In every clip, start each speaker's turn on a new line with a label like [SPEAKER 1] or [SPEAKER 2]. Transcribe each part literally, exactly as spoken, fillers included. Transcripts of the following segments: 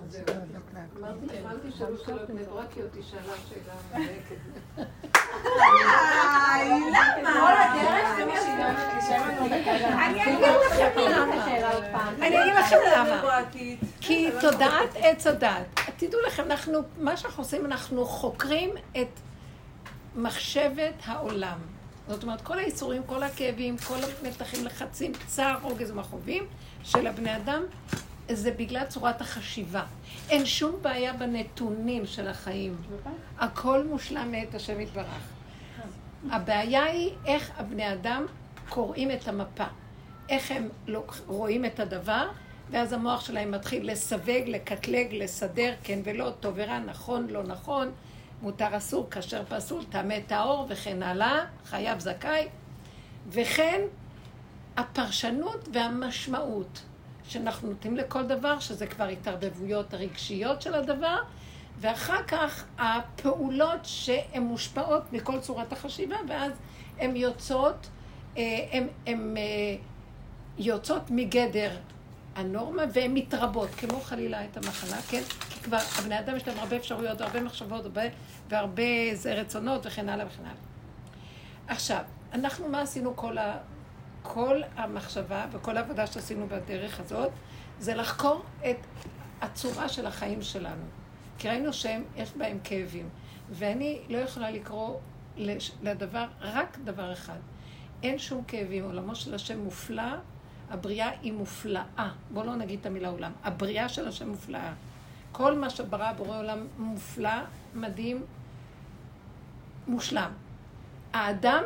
[SPEAKER 1] אמרתי שלוש שאלות נדרקיות, היא שאלה שאלה מדויקת.
[SPEAKER 2] איי, למה? כל הדרך זה מה אני אגיד לכם למה.
[SPEAKER 3] אני אגיד לכם למה. כי תודעת עץ הדעת. תדעו לכם, אנחנו, מה שאנחנו עושים, אנחנו חוקרים את מחשבת העולם. זאת אומרת, כל האיסורים, כל הכאבים, כל המתחים, לחצים, צער, רוגז ומכאובים של הבני אדם, זה בגלל צורת החשיבה. אין שום בעיה בנתונים של החיים. הכל מושלם מאת השם יתברך. הבעיה היא איך הבני אדם קוראים את המפה. איך הם רואים את הדבר, ואז המוח שלהם מתחיל לסווג, לקטלג, לסדר, כן ולא, טוב ורע, נכון, לא נכון, מותר אסור, כשר פסול, טמא טהור וכן הלאה, חייב זכאי. וכן הפרשנות והמשמעות שאנחנו נותנים לכל דבר, שזה כבר התערבבויות הרגשיות של הדבר, ואחר כך הפעולות שהן מושפעות מכל צורת החשיבה, ואז הן יוצאות, הן, הן יוצאות מגדר הנורמה, והן מתרבות, כמו חלילה את המחלה, כן? כי כבר הבני אדם יש להם הרבה אפשרויות, הרבה מחשבות, הרבה, והרבה זה רצונות וכן הלאה וכן הלאה. עכשיו, אנחנו מה עשינו כל ה... כל המחשבה וכל העבודה שעשינו בדרך הזאת, זה לחקור את הצורה של החיים שלנו. כי ראינו שיש בהם כאבים. ואני לא יכולה לקרוא לדבר, רק דבר אחד. אין שום כאבים, עולמו של השם מופלא, הבריאה היא מופלאה. בואו לא נגיד את המילה עולם. הבריאה של השם מופלאה. כל מה שברא בורא עולם מופלא, מדהים, מושלם. האדם,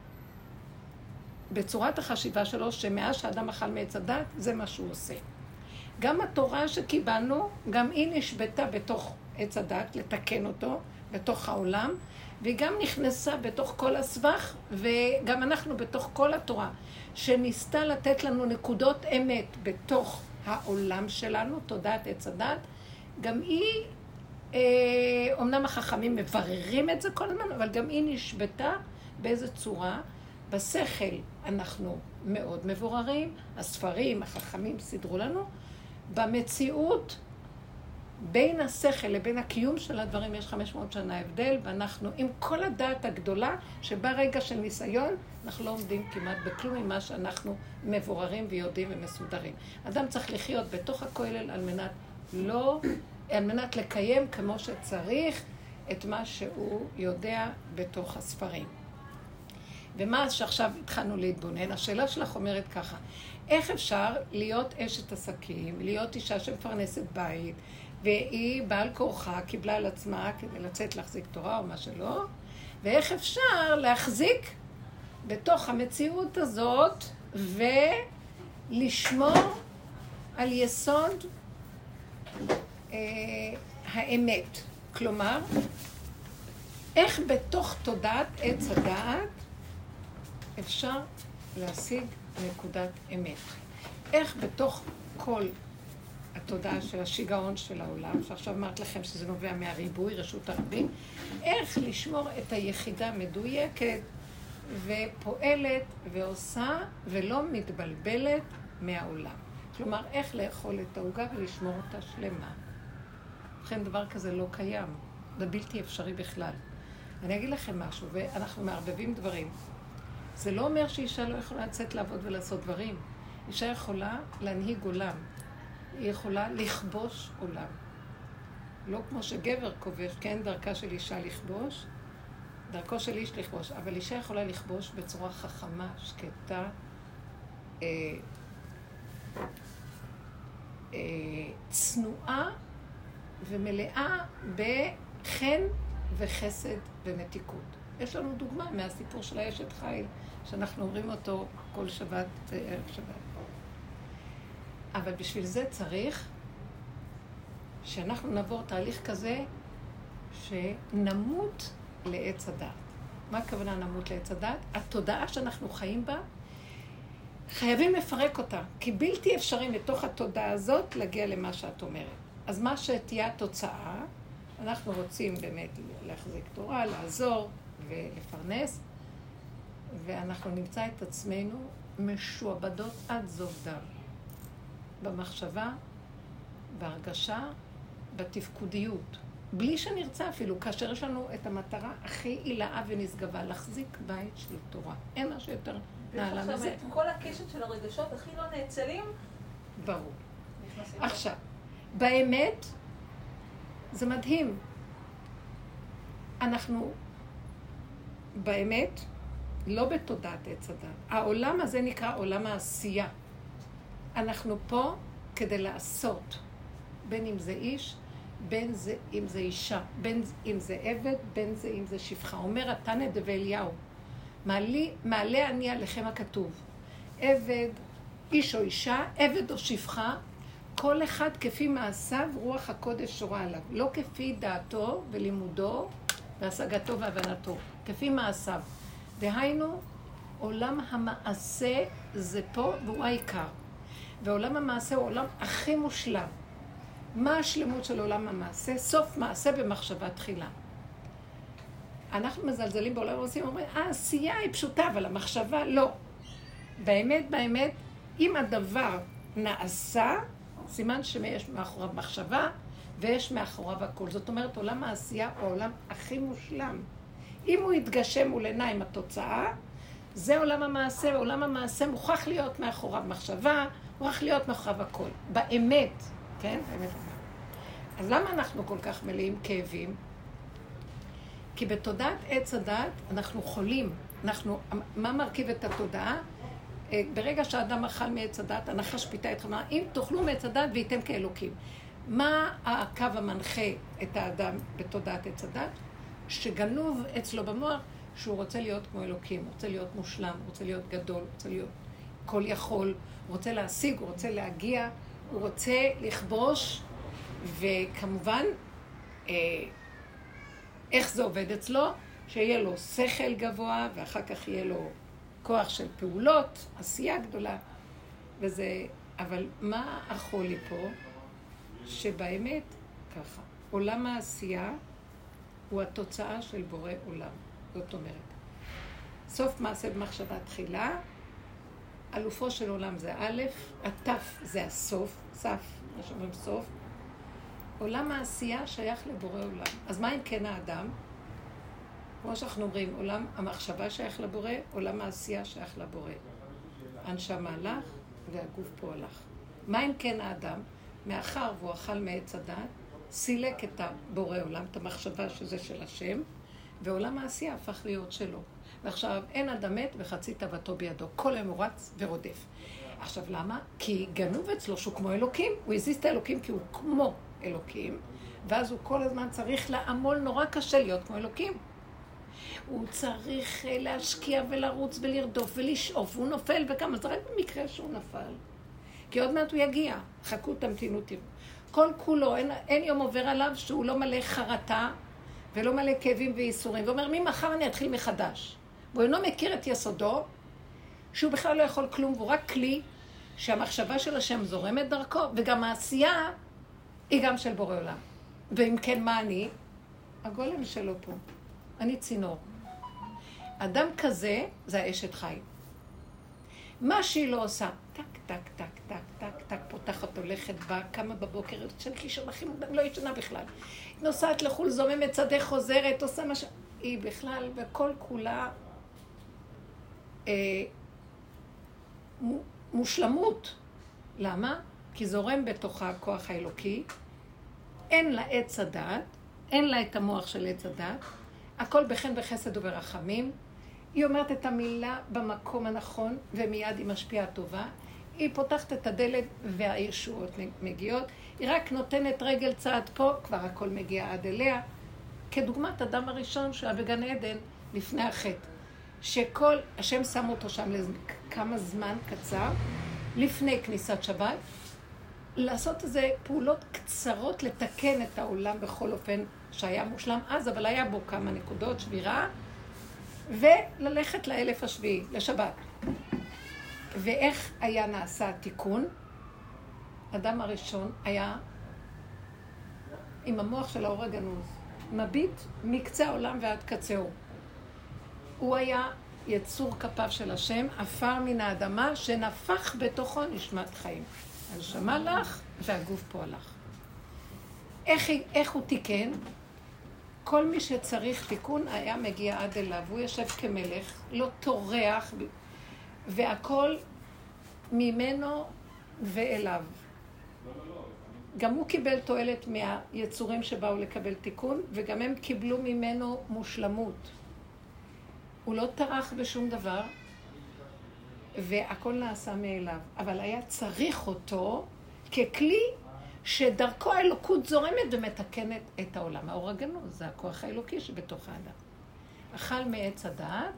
[SPEAKER 3] בצורת החשיבה שלו, שמאז שהאדם אכל מעץ הדת, זה מה שהוא עושה. גם התורה שקיבלנו, גם היא נשבתה בתוך עץ הדת, לתקן אותו, בתוך העולם, והיא גם נכנסה בתוך כל הסבך, וגם אנחנו בתוך כל התורה, שניסתה לתת לנו נקודות אמת בתוך העולם שלנו, תודעת עץ הדת, גם היא, אה, אומנם החכמים מבררים את זה כל הזמן, אבל גם היא נשבתה באיזו צורה, בשכל אנחנו מאוד מבוררים, הספרים, החכמים סידרו לנו, במציאות, בין השכל לבין הקיום של הדברים יש חמש מאות שנה הבדל, ואנחנו עם כל הדעת הגדולה, שבה רגע של ניסיון, אנחנו לא עומדים כמעט בכלום ממה שאנחנו מבוררים ויודעים ומסודרים. אדם צריך לחיות בתוך הכולל על מנת לא, על מנת לקיים כמו שצריך את מה שהוא יודע בתוך הספרים. ומה שעכשיו התחלנו להתבונן, השאלה שלך אומרת ככה, איך אפשר להיות אשת עסקים, להיות אישה שמפרנסת בית, והיא בעל כורחה קיבלה על עצמה כדי לצאת להחזיק תורה או מה שלא, ואיך אפשר להחזיק בתוך המציאות הזאת ולשמור על יסוד אה, האמת. כלומר, איך בתוך תודעת עץ הדעת אפשר להשיג נקודת אמת. איך בתוך כל התודעה של השיגעון של העולם, שעכשיו אמרת לכם שזה נובע מהריבוי, רשות הרבים, איך לשמור את היחידה מדויקת ופועלת ועושה ולא מתבלבלת מהעולם. כלומר, איך לאכול את העוגה ולשמור אותה שלמה. לכן דבר כזה לא קיים, זה בלתי אפשרי בכלל. אני אגיד לכם משהו, ואנחנו מערבבים דברים. זה לא אומר שאישה לא יכולה לצאת לעבוד ולעשות דברים. אישה יכולה להנהיג עולם. היא יכולה לכבוש עולם. לא כמו שגבר כובש, כן, דרכה של אישה לכבוש, דרכו של איש לכבוש, אבל אישה יכולה לכבוש בצורה חכמה, שקטה, אה, אה, צנועה ומלאה בחן וחסד ומתיקות. יש לנו דוגמה מהסיפור של האשת חיל, שאנחנו אומרים אותו כל שבת, ערב שבת. אבל בשביל זה צריך שאנחנו נעבור תהליך כזה שנמות לעץ הדת. מה הכוונה נמות לעץ הדת? התודעה שאנחנו חיים בה, חייבים לפרק אותה, כי בלתי אפשרי מתוך התודעה הזאת להגיע למה שאת אומרת. אז מה שתהיה התוצאה, אנחנו רוצים באמת להחזיק תורה, לעזור ולפרנס, ואנחנו נמצא את עצמנו משועבדות עד זוב דם. במחשבה, בהרגשה בתפקודיות, בלי שנרצה אפילו, כאשר יש לנו את המטרה הכי עילאה ונשגבה, להחזיק בית של תורה. אין משהו יותר נעלה מזה.
[SPEAKER 2] כל הקשת של הרגשות הכי לא נאצלים.
[SPEAKER 3] ברור. עכשיו, באמת, זה מדהים. אנחנו, באמת, לא בתודעת עץ הדת. העולם הזה נקרא עולם העשייה. אנחנו פה כדי לעשות, בין אם זה איש, בין זה אם זה אישה, בין אם זה עבד, בין זה אם זה שפחה. אומר התנא דאליהו, מעלה אני עליכם הכתוב, עבד, איש או אישה, עבד או שפחה, כל אחד כפי מעשיו רוח הקודש שורה עליו, לא כפי דעתו ולימודו והשגתו והבנתו, כפי מעשיו. דהיינו, עולם המעשה זה פה והוא העיקר. ועולם המעשה הוא עולם הכי מושלם. מה השלמות של עולם המעשה? סוף מעשה במחשבה תחילה. אנחנו מזלזלים בעולם ועושים, אומרים, העשייה היא פשוטה, אבל המחשבה לא. באמת, באמת, אם הדבר נעשה, סימן שיש מאחוריו מחשבה, ויש מאחוריו הכל. זאת אומרת, עולם העשייה הוא העולם הכי מושלם. אם הוא יתגשם מול עיניים התוצאה, זה עולם המעשה, ועולם המעשה מוכרח להיות מאחוריו מחשבה, מוכרח להיות מאחוריו הכל. באמת, כן? באמת. אז למה אנחנו כל כך מלאים כאבים? כי בתודעת עץ הדת אנחנו חולים. אנחנו, מה מרכיב את התודעה? ברגע שהאדם אכל מעץ הדת, הנחש פיתה אתכם, אם תאכלו מעץ הדת וייתם כאלוקים. מה הקו המנחה את האדם בתודעת עץ הדת? שגנוב אצלו במוח שהוא רוצה להיות כמו אלוקים, הוא רוצה להיות מושלם, הוא רוצה להיות גדול, הוא רוצה להיות כל יכול, הוא רוצה להשיג, הוא רוצה להגיע, הוא רוצה לכבוש, וכמובן, אה, איך זה עובד אצלו? שיהיה לו שכל גבוה, ואחר כך יהיה לו כוח של פעולות, עשייה גדולה, וזה, אבל מה החולי פה? שבאמת, ככה, עולם העשייה הוא התוצאה של בורא עולם. זאת אומרת, סוף מעשה במחשבה תחילה, אלופו של עולם זה א', התף זה הסוף, סף, מה שאומרים סוף, עולם העשייה שייך לבורא עולם. אז מה אם כן האדם? כמו שאנחנו אומרים, עולם המחשבה שייך לבורא, עולם העשייה שייך לבורא. הנשמה הלך והגוף פה הלך. מה אם כן האדם? מאחר והוא אכל מעץ הדת, סילק את הבורא עולם, את המחשבה שזה של השם, ועולם העשייה הפך להיות שלו. ועכשיו אין אדם מת וחצי תאוותו בידו. כל היום הוא רץ ורודף. עכשיו למה? כי גנוב אצלו שהוא כמו אלוקים. הוא הזיז את האלוקים כי הוא כמו אלוקים, ואז הוא כל הזמן צריך לעמול נורא קשה להיות כמו אלוקים. הוא צריך להשקיע ולרוץ ולרדוף ולשאוף, והוא נופל וכמה, זה רק במקרה שהוא נפל. כי עוד מעט הוא יגיע, חכו תמתינו תראו. כל כולו, אין, אין יום עובר עליו שהוא לא מלא חרטה ולא מלא כאבים וייסורים, ואומר ממחר אני אתחיל מחדש. והוא אינו מכיר את יסודו, שהוא בכלל לא יכול כלום, והוא רק כלי שהמחשבה של השם זורמת דרכו, וגם העשייה היא גם של בורא עולם. ואם כן, מה אני? הגולם שלו פה. אני צינור. אדם כזה זה האשת חי. מה שהיא לא עושה, טק, טק, טק, טק, טק, טק, פותחת, הולכת בה, כמה בבוקר, של קישון הכי מוקדם, לא ישנה בכלל. נוסעת לחול, זוממת שדה, חוזרת, עושה מה ש... היא בכלל, וכל כולה אה, מושלמות. למה? כי זורם בתוכה הכוח האלוקי, אין לה עץ הדת, אין לה את המוח של עץ הדת, הכל בחן וחסד וברחמים, היא אומרת את המילה במקום הנכון, ומיד היא משפיעה טובה, היא פותחת את הדלת והישועות מגיעות, היא רק נותנת רגל צעד פה, כבר הכל מגיע עד אליה, כדוגמת אדם הראשון שהיה בגן עדן לפני החטא, שכל, השם שם אותו שם לכמה זמן קצר, לפני כניסת שבת, לעשות איזה פעולות קצרות לתקן את העולם בכל אופן שהיה מושלם אז, אבל היה בו כמה נקודות שבירה, וללכת לאלף השביעי, לשבת. ואיך היה נעשה התיקון? אדם הראשון היה עם המוח של האור הגנוז, מביט מקצה העולם ועד קצהו. הוא היה יצור כפיו של השם, עפר מן האדמה שנפח בתוכו נשמת חיים. הנשמה הלך והגוף פה הלך. איך, איך הוא תיקן? כל מי שצריך תיקון היה מגיע עד אליו, הוא יושב כמלך, לא טורח, והכל ממנו ואליו. גם הוא קיבל תועלת מהיצורים שבאו לקבל תיקון, וגם הם קיבלו ממנו מושלמות. הוא לא טרח בשום דבר, והכל נעשה מאליו. אבל היה צריך אותו ככלי שדרכו האלוקות זורמת ומתקנת את העולם. האור הגנוז, זה הכוח האלוקי שבתוך האדם. אכל מעץ הדעת,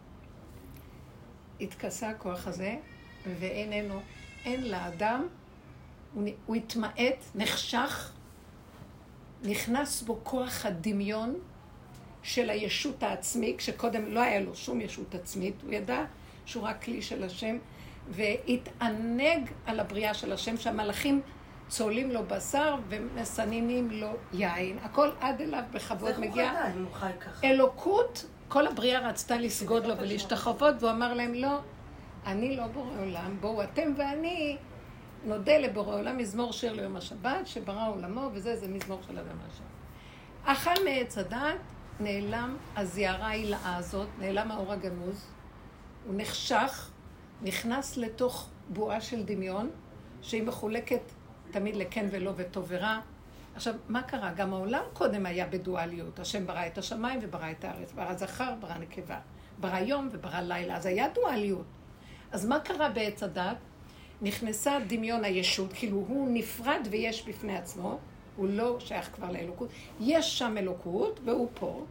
[SPEAKER 3] התכסה הכוח הזה, ואיננו, אין לאדם, הוא, הוא התמעט, נחשך, נכנס בו כוח הדמיון של הישות העצמי, כשקודם לא היה לו שום ישות עצמית, הוא ידע שהוא רק כלי של השם, והתענג על הבריאה של השם, שהמלאכים צוללים לו בשר ומסננים לו יין. הכל עד אליו בכבוד מגיע. אלוקות, כל הבריאה רצתה לסגוד לו ולהשתחוות, והוא אמר להם, לא, אני לא בורא עולם, בואו אתם ואני נודה לבורא עולם, מזמור שיר ליום השבת, שברא עולמו, וזה זה מזמור של אדם השם. אכל מעץ הדעת, נעלם הזיערה ההילאה הזאת, נעלם האור הגנוז, הוא נחשך, נכנס לתוך בועה של דמיון, שהיא מחולקת תמיד לכן ולא וטוב ורע. עכשיו, מה קרה? גם העולם קודם היה בדואליות. השם ברא את השמיים וברא את הארץ, ברא זכר, ברא נקבה, ברא יום וברא לילה, אז היה דואליות. אז מה קרה בעץ הדת? נכנסה דמיון הישות, כאילו הוא נפרד ויש בפני עצמו, הוא לא שייך כבר לאלוקות, יש שם אלוקות והוא פה.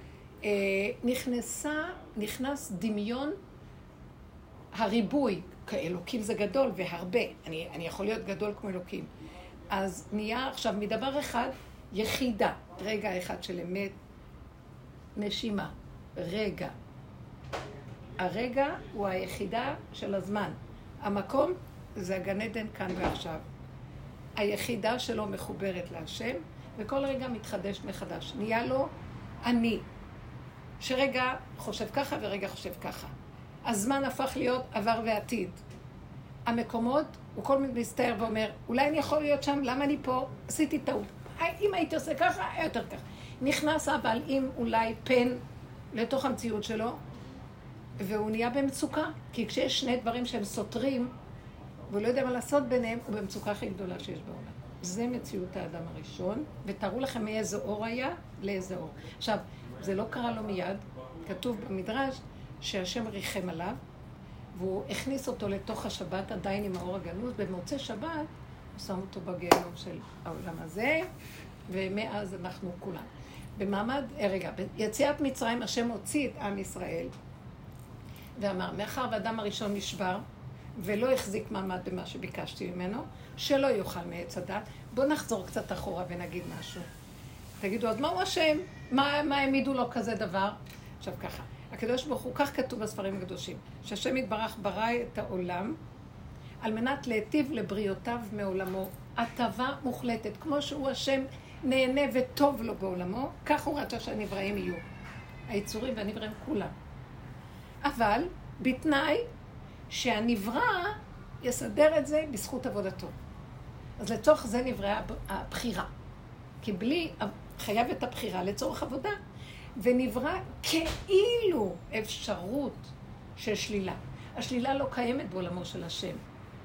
[SPEAKER 3] נכנסה, נכנס דמיון הריבוי, כאלוקים זה גדול והרבה, אני, אני יכול להיות גדול כמו אלוקים. אז נהיה עכשיו מדבר אחד, יחידה, רגע אחד של אמת, נשימה, רגע. הרגע הוא היחידה של הזמן. המקום זה הגן עדן כאן ועכשיו. היחידה שלו מחוברת להשם, וכל רגע מתחדש מחדש. נהיה לו אני, שרגע חושב ככה ורגע חושב ככה. הזמן הפך להיות עבר ועתיד. המקומות, הוא כל מיני מסתער ואומר, אולי אני יכול להיות שם, למה אני פה? עשיתי טעות. אם הייתי עושה ככה, היה יותר ככה. נכנס אבל עם אולי פן לתוך המציאות שלו, והוא נהיה במצוקה. כי כשיש שני דברים שהם סותרים, והוא לא יודע מה לעשות ביניהם, הוא במצוקה הכי גדולה שיש בעולם. זה מציאות האדם הראשון, ותראו לכם מאיזה אור היה לאיזה אור. עכשיו, זה לא קרה לו מיד, כתוב במדרש, שהשם ריחם עליו, והוא הכניס אותו לתוך השבת עדיין עם האור הגנוז, במוצא שבת הוא שם אותו בגיהנום של העולם הזה, ומאז אנחנו כולם. במעמד, רגע, ביציאת מצרים השם הוציא את עם ישראל, ואמר, מאחר והאדם הראשון נשבר, ולא החזיק מעמד במה שביקשתי ממנו, שלא יאכל מעץ הדת, בואו נחזור קצת אחורה ונגיד משהו. תגידו, אז מהו השם? מה, מה העמידו לו כזה דבר? עכשיו ככה. הקדוש ברוך הוא, כך כתוב בספרים הקדושים, שהשם יתברך ברא את העולם על מנת להיטיב לבריאותיו מעולמו, הטבה מוחלטת, כמו שהוא השם נהנה וטוב לו בעולמו, כך הוא רצה שהנבראים יהיו, היצורים והנבראים כולם. אבל בתנאי שהנברא יסדר את זה בזכות עבודתו. אז לצורך זה נבראה הבחירה, כי בלי חייב את הבחירה לצורך עבודה, ונברא כאילו אפשרות של שלילה. השלילה לא קיימת בעולמו של השם.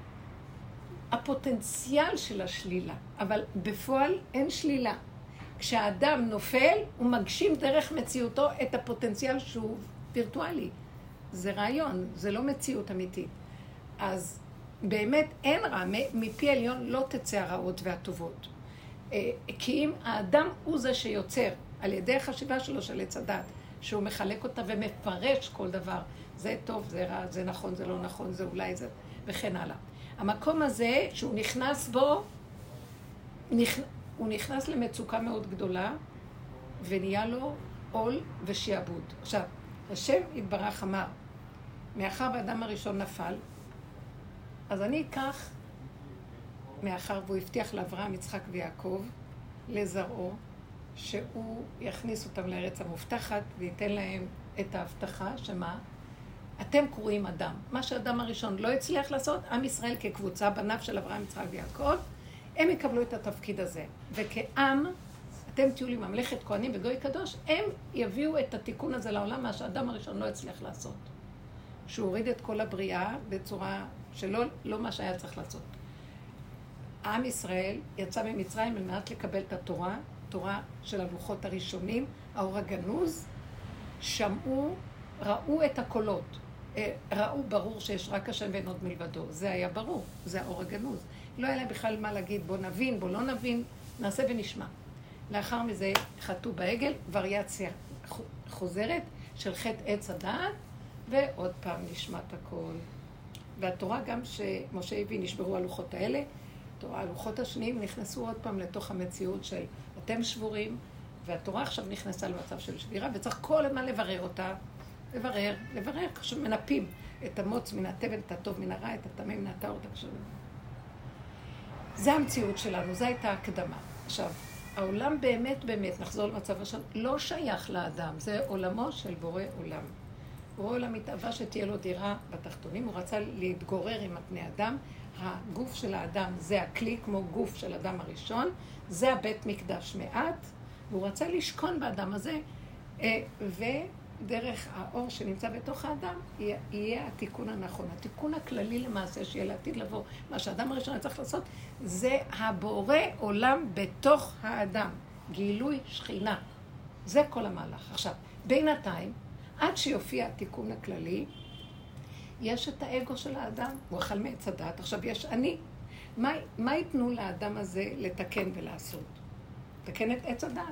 [SPEAKER 3] הפוטנציאל של השלילה, אבל בפועל אין שלילה. כשהאדם נופל, הוא מגשים דרך מציאותו את הפוטנציאל שהוא וירטואלי. זה רעיון, זה לא מציאות אמיתית. אז באמת אין רע, מפי עליון לא תצא הרעות והטובות. כי אם האדם הוא זה שיוצר, על ידי החשיבה שלו של עץ הדת, שהוא מחלק אותה ומפרש כל דבר, זה טוב, זה רע, זה נכון, זה לא נכון, זה אולי זה, וכן הלאה. המקום הזה, שהוא נכנס בו, נכ... הוא נכנס למצוקה מאוד גדולה, ונהיה לו עול ושיעבוד. עכשיו, השם יתברך אמר, מאחר באדם הראשון נפל, אז אני אקח, מאחר והוא הבטיח לאברהם, יצחק ויעקב, לזרעו, שהוא יכניס אותם לארץ המובטחת וייתן להם את ההבטחה, שמה? אתם קרואים אדם. מה שאדם הראשון לא הצליח לעשות, עם ישראל כקבוצה, בניו של אברהם, יצחק ויעקב, הם יקבלו את התפקיד הזה. וכעם, אתם תהיו לי ממלכת כהנים וגוי קדוש, הם יביאו את התיקון הזה לעולם, מה שהאדם הראשון לא הצליח לעשות. שהוא הוריד את כל הבריאה בצורה שלא לא מה שהיה צריך לעשות. עם ישראל יצא ממצרים על מנת לקבל את התורה, תורה של הלוחות הראשונים, האור הגנוז, שמעו, ראו את הקולות. ראו ברור שיש רק השם ואין עוד מלבדו. זה היה ברור, זה האור הגנוז. לא היה להם בכלל מה להגיד, בוא נבין, בוא לא נבין, נעשה ונשמע. לאחר מזה חטאו בעגל, וריאציה חוזרת של חטא עץ הדעת, ועוד פעם נשמעת הכל. והתורה גם שמשה הביא, נשברו הלוחות האלה, הלוחות השניים נכנסו עוד פעם לתוך המציאות של אתם שבורים, והתורה עכשיו נכנסה למצב של שבירה, וצריך כל הזמן לברר אותה, לברר, לברר, כשהם מנפים את המוץ מן התבל, את הטוב מן הרע, את הטמא מן הטהור, את הקשרים. זה המציאות שלנו, זו הייתה הקדמה. עכשיו, העולם באמת באמת, נחזור למצב השם, לא שייך לאדם, זה עולמו של בורא עולם. בורא עולם התאווה שתהיה לו דירה בתחתונים, הוא רצה להתגורר עם הבני אדם, הגוף של האדם זה הכלי כמו גוף של אדם הראשון, זה הבית מקדש מעט, והוא רצה לשכון באדם הזה, ודרך האור שנמצא בתוך האדם יהיה התיקון הנכון. התיקון הכללי למעשה שיהיה לעתיד לבוא, מה שהאדם הראשון צריך לעשות, זה הבורא עולם בתוך האדם, גילוי שכינה. זה כל המהלך. עכשיו, בינתיים, עד שיופיע התיקון הכללי, יש את האגו של האדם, הוא אכל מעץ הדעת, עכשיו יש אני. מה, מה ייתנו לאדם הזה לתקן ולעשות? לתקן את עץ הדעת.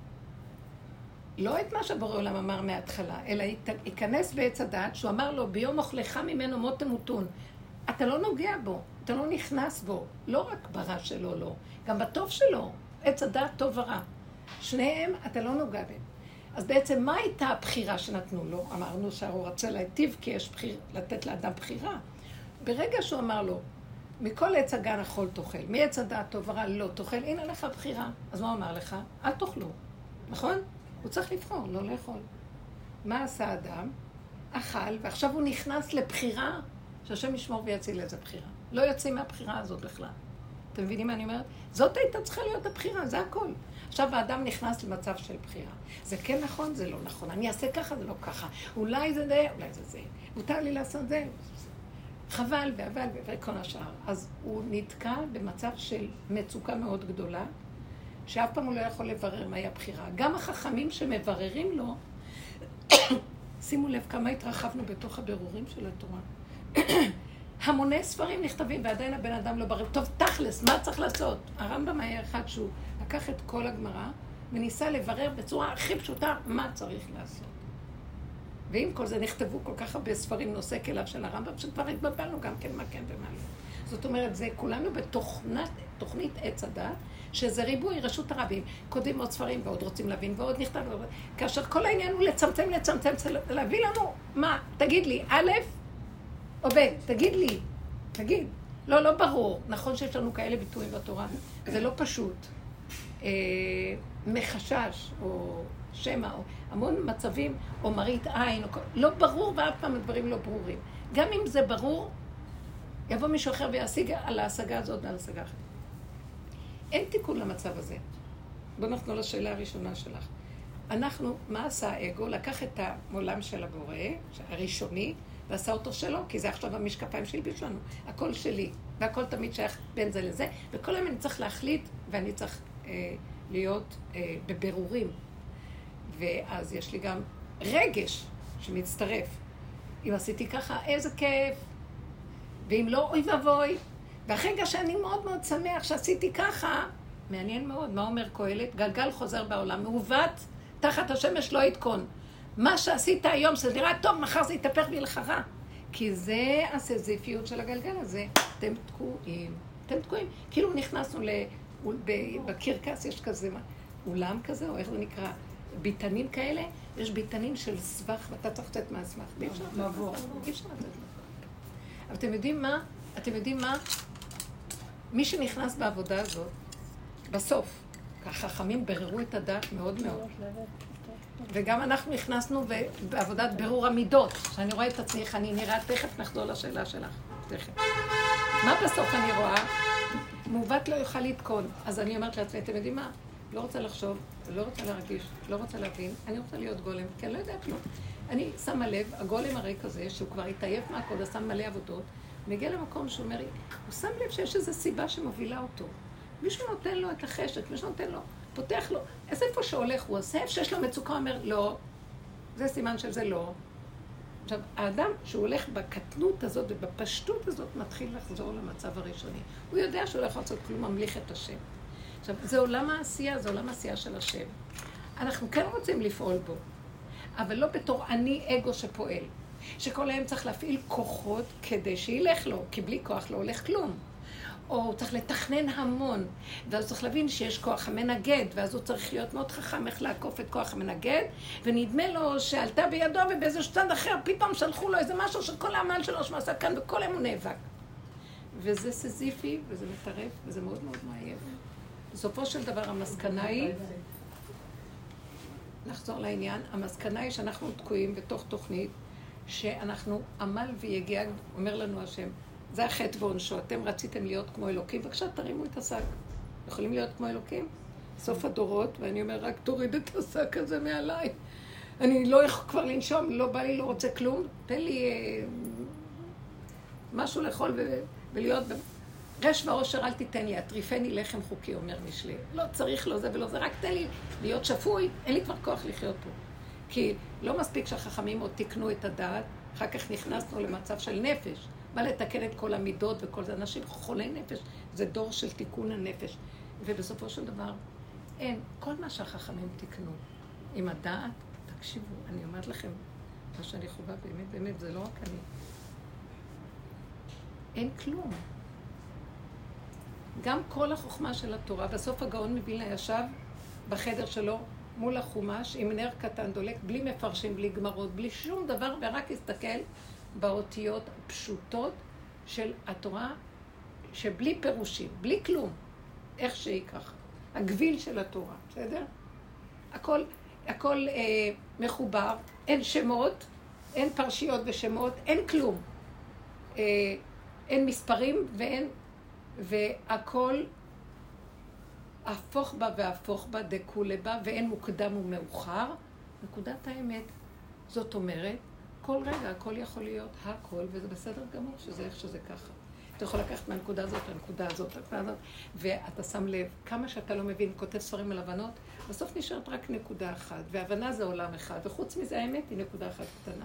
[SPEAKER 3] לא את מה שבורא עולם אמר מההתחלה, אלא ייכנס בעץ הדעת, שהוא אמר לו, ביום אוכלך ממנו מות תמותון. אתה לא נוגע בו, אתה לא נכנס בו, לא רק ברע שלו, לא, גם בטוב שלו, עץ הדעת טוב ורע. שניהם אתה לא נוגע בהם. אז בעצם מה הייתה הבחירה שנתנו לו? אמרנו שהוא רצה להיטיב כי יש בחיר, לתת לאדם בחירה. ברגע שהוא אמר לו, מכל עץ הגן אכול תאכל, מעץ הדעת טוב ורע לא תאכל, הנה לך בחירה. אז מה הוא אמר לך? אל תאכלו, נכון? הוא צריך לבחור, לא לאכול. מה עשה אדם? אכל, ועכשיו הוא נכנס לבחירה, שהשם ישמור ויציל איזה בחירה. לא יוצאים מהבחירה הזאת בכלל. אתם מבינים מה אני אומרת? זאת הייתה צריכה להיות הבחירה, זה הכל. עכשיו האדם נכנס למצב של בחירה. זה כן נכון, זה לא נכון. אני אעשה ככה, זה לא ככה. אולי זה זה, אולי זה זה. מותר לי לעשות זה. חבל ואבל וכל השאר. אז הוא נתקע במצב של מצוקה מאוד גדולה, שאף פעם הוא לא יכול לברר מהי הבחירה. גם החכמים שמבררים לו, שימו לב כמה התרחבנו בתוך הבירורים של התורה. המוני ספרים נכתבים, ועדיין הבן אדם לא ברר. טוב, תכלס, מה צריך לעשות? הרמב"ם היה אחד שהוא לקח את כל הגמרא, וניסה לברר בצורה הכי פשוטה מה צריך לעשות. ועם כל זה נכתבו כל כך הרבה ספרים נושא כליו של הרמב"ם, שכבר התבלבלנו גם כן מה כן ומה לא. זאת אומרת, זה כולנו בתוכנת, תוכנית עץ הדעת, שזה ריבוי רשות הרבים. קודם עוד ספרים ועוד רוצים להבין, ועוד נכתב, ועוד... כאשר כל העניין הוא לצמצם, לצמצם, להביא לנו, מה? תגיד לי, א' או ב', תגיד לי, תגיד. לא, לא ברור. נכון שיש לנו כאלה ביטויים בתורה. זה לא פשוט. אה, מחשש, או שמע, או המון מצבים, או מראית עין, או... לא ברור, ואף פעם הדברים לא ברורים. גם אם זה ברור, יבוא מישהו אחר וישיג על ההשגה הזאת ועל ההשגה אחרת. אין תיקון למצב הזה. בוא נחזור לשאלה הראשונה שלך. אנחנו, מה עשה האגו? לקח את העולם של הבורא, הראשוני, ועשה אותו שלו, כי זה עכשיו המשקפיים שהלביש לנו. הכל שלי, והכל תמיד שייך בין זה לזה, וכל היום אני צריך להחליט, ואני צריך אה, להיות אה, בבירורים. ואז יש לי גם רגש שמצטרף. אם עשיתי ככה, איזה כיף. ואם לא, אוי ואבוי. והרגע שאני מאוד מאוד שמח שעשיתי ככה, מעניין מאוד, מה אומר קהלת? גלגל חוזר בעולם, מעוות, תחת השמש לא יתקון. מה שעשית היום, זה נראה טוב, מחר זה יתהפך וילך רע. כי זה הסזיפיות של הגלגל הזה. אתם תקועים, אתם תקועים. כאילו נכנסנו ל... בקרקס יש כזה, אולם כזה, או איך זה נקרא? ביטנים כאלה, יש ביטנים של סבך, ואתה צריך לתת מהסבך. אי אפשר לתת מהסבך. אי אפשר לתת מהסבך. אבל אתם יודעים מה? אתם יודעים מה? מי שנכנס בעבודה הזאת, בסוף, החכמים בררו את הדעת מאוד מאוד. וגם אנחנו נכנסנו בעבודת ברור המידות, שאני רואה את עצמי, איך אני נראה, תכף נחזור לשאלה שלך. תכף. מה בסוף אני רואה? מעוות לא יוכל לתקון. אז אני אומרת לעצמי, אתם יודעים מה? לא רוצה לחשוב, לא רוצה להרגיש, לא רוצה להבין, אני רוצה להיות גולם, כי אני לא יודעת לא. אני שמה לב, הגולם הריק הזה, שהוא כבר התעייף מהכל, עשה מלא עבודות, מגיע למקום שהוא אומר, הוא שם לב שיש איזו סיבה שמובילה אותו. מישהו נותן לו את החשק, מישהו נותן לו, פותח לו, אז איפה שהולך הוא עושה, שיש לו מצוקה, אומר, לא, זה סימן שזה לא. עכשיו, האדם שהוא הולך בקטנות הזאת ובפשטות הזאת, מתחיל לחזור למצב הראשוני. הוא יודע שהוא לא יכול לעשות כלום, ממליך את השם. עכשיו, זה עולם העשייה, זה עולם העשייה של השם. אנחנו כן רוצים לפעול בו, אבל לא בתור אני אגו שפועל. שכל היום צריך להפעיל כוחות כדי שילך לו, כי בלי כוח לא הולך כלום. או הוא צריך לתכנן המון, ואז צריך להבין שיש כוח המנגד, ואז הוא צריך להיות מאוד חכם איך לעקוף את כוח המנגד, ונדמה לו שעלתה בידו ובאיזה צד אחר, פתאום שלחו לו איזה משהו שכל העמל שלו שמעשה כאן, וכל היום הוא נאבק. וזה סזיפי, וזה מטרף, וזה מאוד מאוד מעייף. בסופו של דבר המסקנה היא, נחזור לעניין, המסקנה היא שאנחנו תקועים בתוך תוכנית, שאנחנו עמל ויגיע, אומר לנו השם, זה החטא ועונשו, אתם רציתם להיות כמו אלוקים, בבקשה תרימו את השק. יכולים להיות כמו אלוקים? סוף הדורות, ואני אומר, רק תוריד את השק הזה מעליי. אני לא יכול כבר לנשום, לא בא לי, לא רוצה כלום, תן לי אה, משהו לאכול ו- ולהיות... רש ועושר אל תיתן לי, הטריפני לחם חוקי, אומר משלי. לא צריך לו זה ולא זה, רק תן לי להיות שפוי, אין לי כבר כוח לחיות פה. כי לא מספיק שהחכמים עוד תקנו את הדעת, אחר כך נכנסנו למצב של נפש. בא לתקן את כל המידות וכל זה. אנשים חולי נפש, זה דור של תיקון הנפש. ובסופו של דבר, אין, כל מה שהחכמים תקנו. עם הדעת, תקשיבו, אני אומרת לכם, מה שאני חובה באמת, באמת, זה לא רק אני. אין כלום. גם כל החוכמה של התורה, בסוף הגאון מווילנה ישב בחדר שלו, מול החומש, עם נר קטן דולק, בלי מפרשים, בלי גמרות, בלי שום דבר, ורק הסתכל באותיות פשוטות של התורה, שבלי פירושים, בלי כלום, איך שהיא ככה. הגביל של התורה, בסדר? הכל, הכל אה, מחובר, אין שמות, אין פרשיות ושמות, אין כלום. אה, אין מספרים ואין, והכל הפוך בה והפוך בה דקולה בה, ואין מוקדם ומאוחר. נקודת האמת, זאת אומרת, כל רגע, הכל יכול להיות הכל, וזה בסדר גמור שזה איך שזה ככה. אתה יכול לקחת מהנקודה הזאת, הנקודה הזאת, הנקודה הזאת, ואתה שם לב, כמה שאתה לא מבין, כותב ספרים על הבנות, בסוף נשארת רק נקודה אחת, והבנה זה עולם אחד, וחוץ מזה האמת היא נקודה אחת קטנה.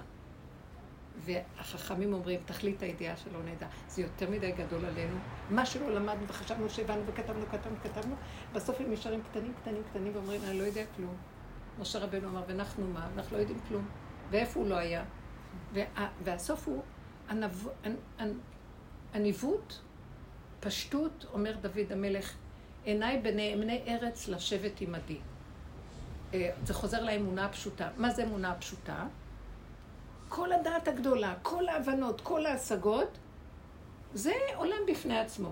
[SPEAKER 3] והחכמים אומרים, תכלית הידיעה שלא נדע, זה יותר מדי גדול עלינו, מה שלא למדנו וחשבנו שהבנו וכתבנו, כתבנו, כתבנו, בסוף הם נשארים קטנים, קטנים, קטנים, ואומרים, אני לא יודע כלום. משה רבנו אמר, ואנחנו מה? אנחנו לא יודעים כלום. ואיפה הוא לא היה? וה, והסוף הוא, הנב, הניווט, פשטות, אומר דוד המלך, עיניי בנאמני ארץ לשבת עמדי. זה חוזר לאמונה הפשוטה. מה זה אמונה הפשוטה? כל הדעת הגדולה, כל ההבנות, כל ההשגות, זה עולם בפני עצמו.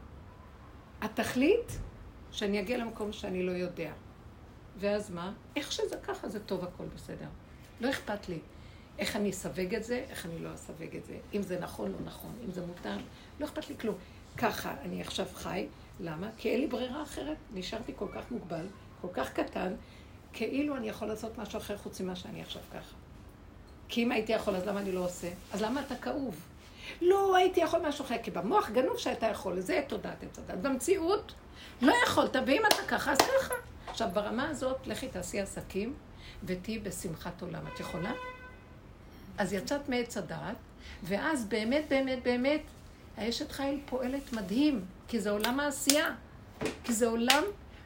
[SPEAKER 3] התכלית, שאני אגיע למקום שאני לא יודע. ואז מה? איך שזה ככה, זה טוב, הכל בסדר. לא אכפת לי איך אני אסווג את זה, איך אני לא אסווג את זה. אם זה נכון, לא נכון, אם זה מותר, לא אכפת לי כלום. ככה אני עכשיו חי. למה? כי אין לי ברירה אחרת. נשארתי כל כך מוגבל, כל כך קטן, כאילו אני יכול לעשות משהו אחר חוץ ממה שאני עכשיו ככה. כי אם הייתי יכול, אז למה אני לא עושה? אז למה אתה כאוב? לא, הייתי יכול משהו אחר, כי במוח גנוב שאתה יכול, זה תודעת, תודעת. במציאות, לא יכולת, ואם אתה ככה, אז ככה. עכשיו, ברמה הזאת, לכי תעשי עסקים, ותהי בשמחת עולם. את יכולה? אז יצאת מעץ הדעת, ואז באמת, באמת, באמת, האשת חיל פועלת מדהים, כי זה עולם העשייה. כי זה עולם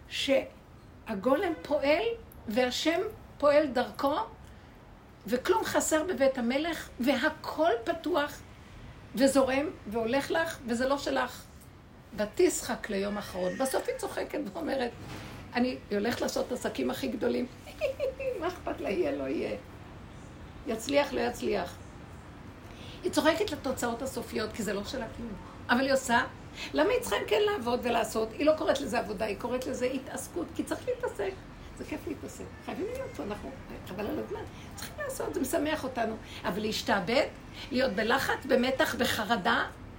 [SPEAKER 3] שהגולם פועל, והשם פועל דרכו, וכלום חסר בבית המלך, והכל פתוח, וזורם, והולך לך, וזה לא שלך. ותשחק ליום אחרון. בסוף היא צוחקת ואומרת, אני הולכת לעשות את העסקים הכי גדולים. מה אכפת לה? יהיה, לא יהיה. יצליח, לא יצליח. היא צוחקת לתוצאות הסופיות, כי זה לא שלה כלום. אבל היא עושה. למה היא צריכה כן לעבוד ולעשות? היא לא קוראת לזה עבודה, היא קוראת לזה התעסקות, כי צריך להתעסק. זה כיף להתעסק. חייבים להיות פה, אנחנו, חבל על הזמן. צריכים לעשות, זה משמח אותנו. אבל להשתעבד, להיות בלחץ, במתח, בחרדה,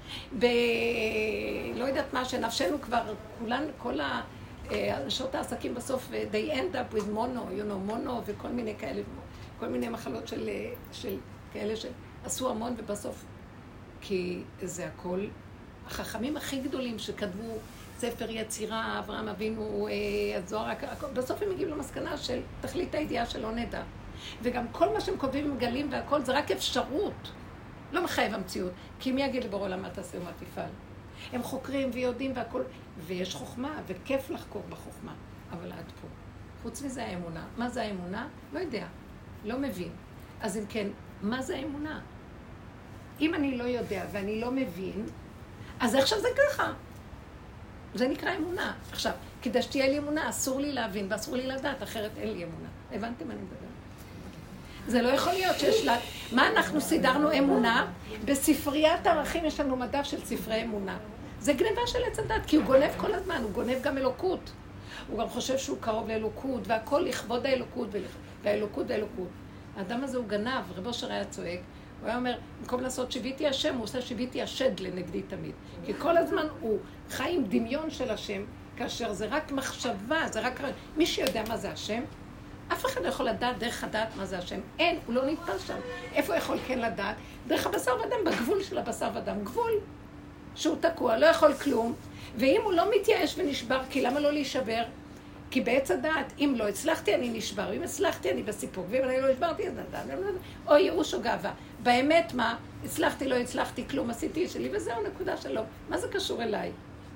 [SPEAKER 3] ב... לא יודעת מה, שנפשנו כבר, כולן, כל ה... שעות העסקים בסוף, they end up with mono, you know, mono וכל מיני כאלה, כל מיני מחלות של, של כאלה שעשו המון ובסוף, כי זה הכל, החכמים הכי גדולים שכתבו ספר יצירה, אברהם אבינו, הזוהר, בסוף הם מגיעים למסקנה של תכלית הידיעה שלא נדע. וגם כל מה שהם כותבים מגלים והכל זה רק אפשרות, לא מחייב המציאות, כי מי יגיד לבורא עולם מה תעשה ומה תפעל? הם חוקרים ויודעים והכל, ויש חוכמה, וכיף לחקור בחוכמה, אבל עד פה. חוץ מזה האמונה. מה זה האמונה? לא יודע, לא מבין. אז אם כן, מה זה האמונה? אם אני לא יודע ואני לא מבין, אז עכשיו זה ככה. זה נקרא אמונה. עכשיו, כדי שתהיה לי אמונה, אסור לי להבין ואסור לי לדעת, אחרת אין לי אמונה. הבנתם מה אני מדבר? זה לא יכול להיות שיש לה... מה אנחנו סידרנו אמונה? בספריית ערכים יש לנו מדף של ספרי אמונה. זה גניבה של עץ הדת, כי הוא גונב כל הזמן, הוא גונב גם אלוקות. הוא גם חושב שהוא קרוב לאלוקות, והכל לכבוד האלוקות, והאלוקות האלוקות. האדם הזה הוא גנב, רב אושר היה צועק, הוא היה אומר, במקום לעשות שיביתי השם, הוא עושה שיביתי השד לנגדי תמיד. כי כל הזמן הוא חי עם דמיון של השם, כאשר זה רק מחשבה, זה רק... מי שיודע מה זה השם, אף אחד לא יכול לדעת דרך הדעת מה זה השם. אין, הוא לא נתפס שם. איפה הוא יכול כן לדעת? דרך הבשר ודם, בגבול של הבשר ודם. גבול שהוא תקוע, לא יכול כלום. ואם הוא לא מתייאש ונשבר, כי למה לא להישבר? כי בעץ הדעת, אם לא הצלחתי, אני נשבר. אם הצלחתי, אני בסיפוק. ואם אני לא נשברתי, אז נדע. או ייאוש או גאווה. באמת מה? הצלחתי, לא הצלחתי, כלום, עשיתי שלי, וזהו נקודה שלו. מה זה קשור אליי?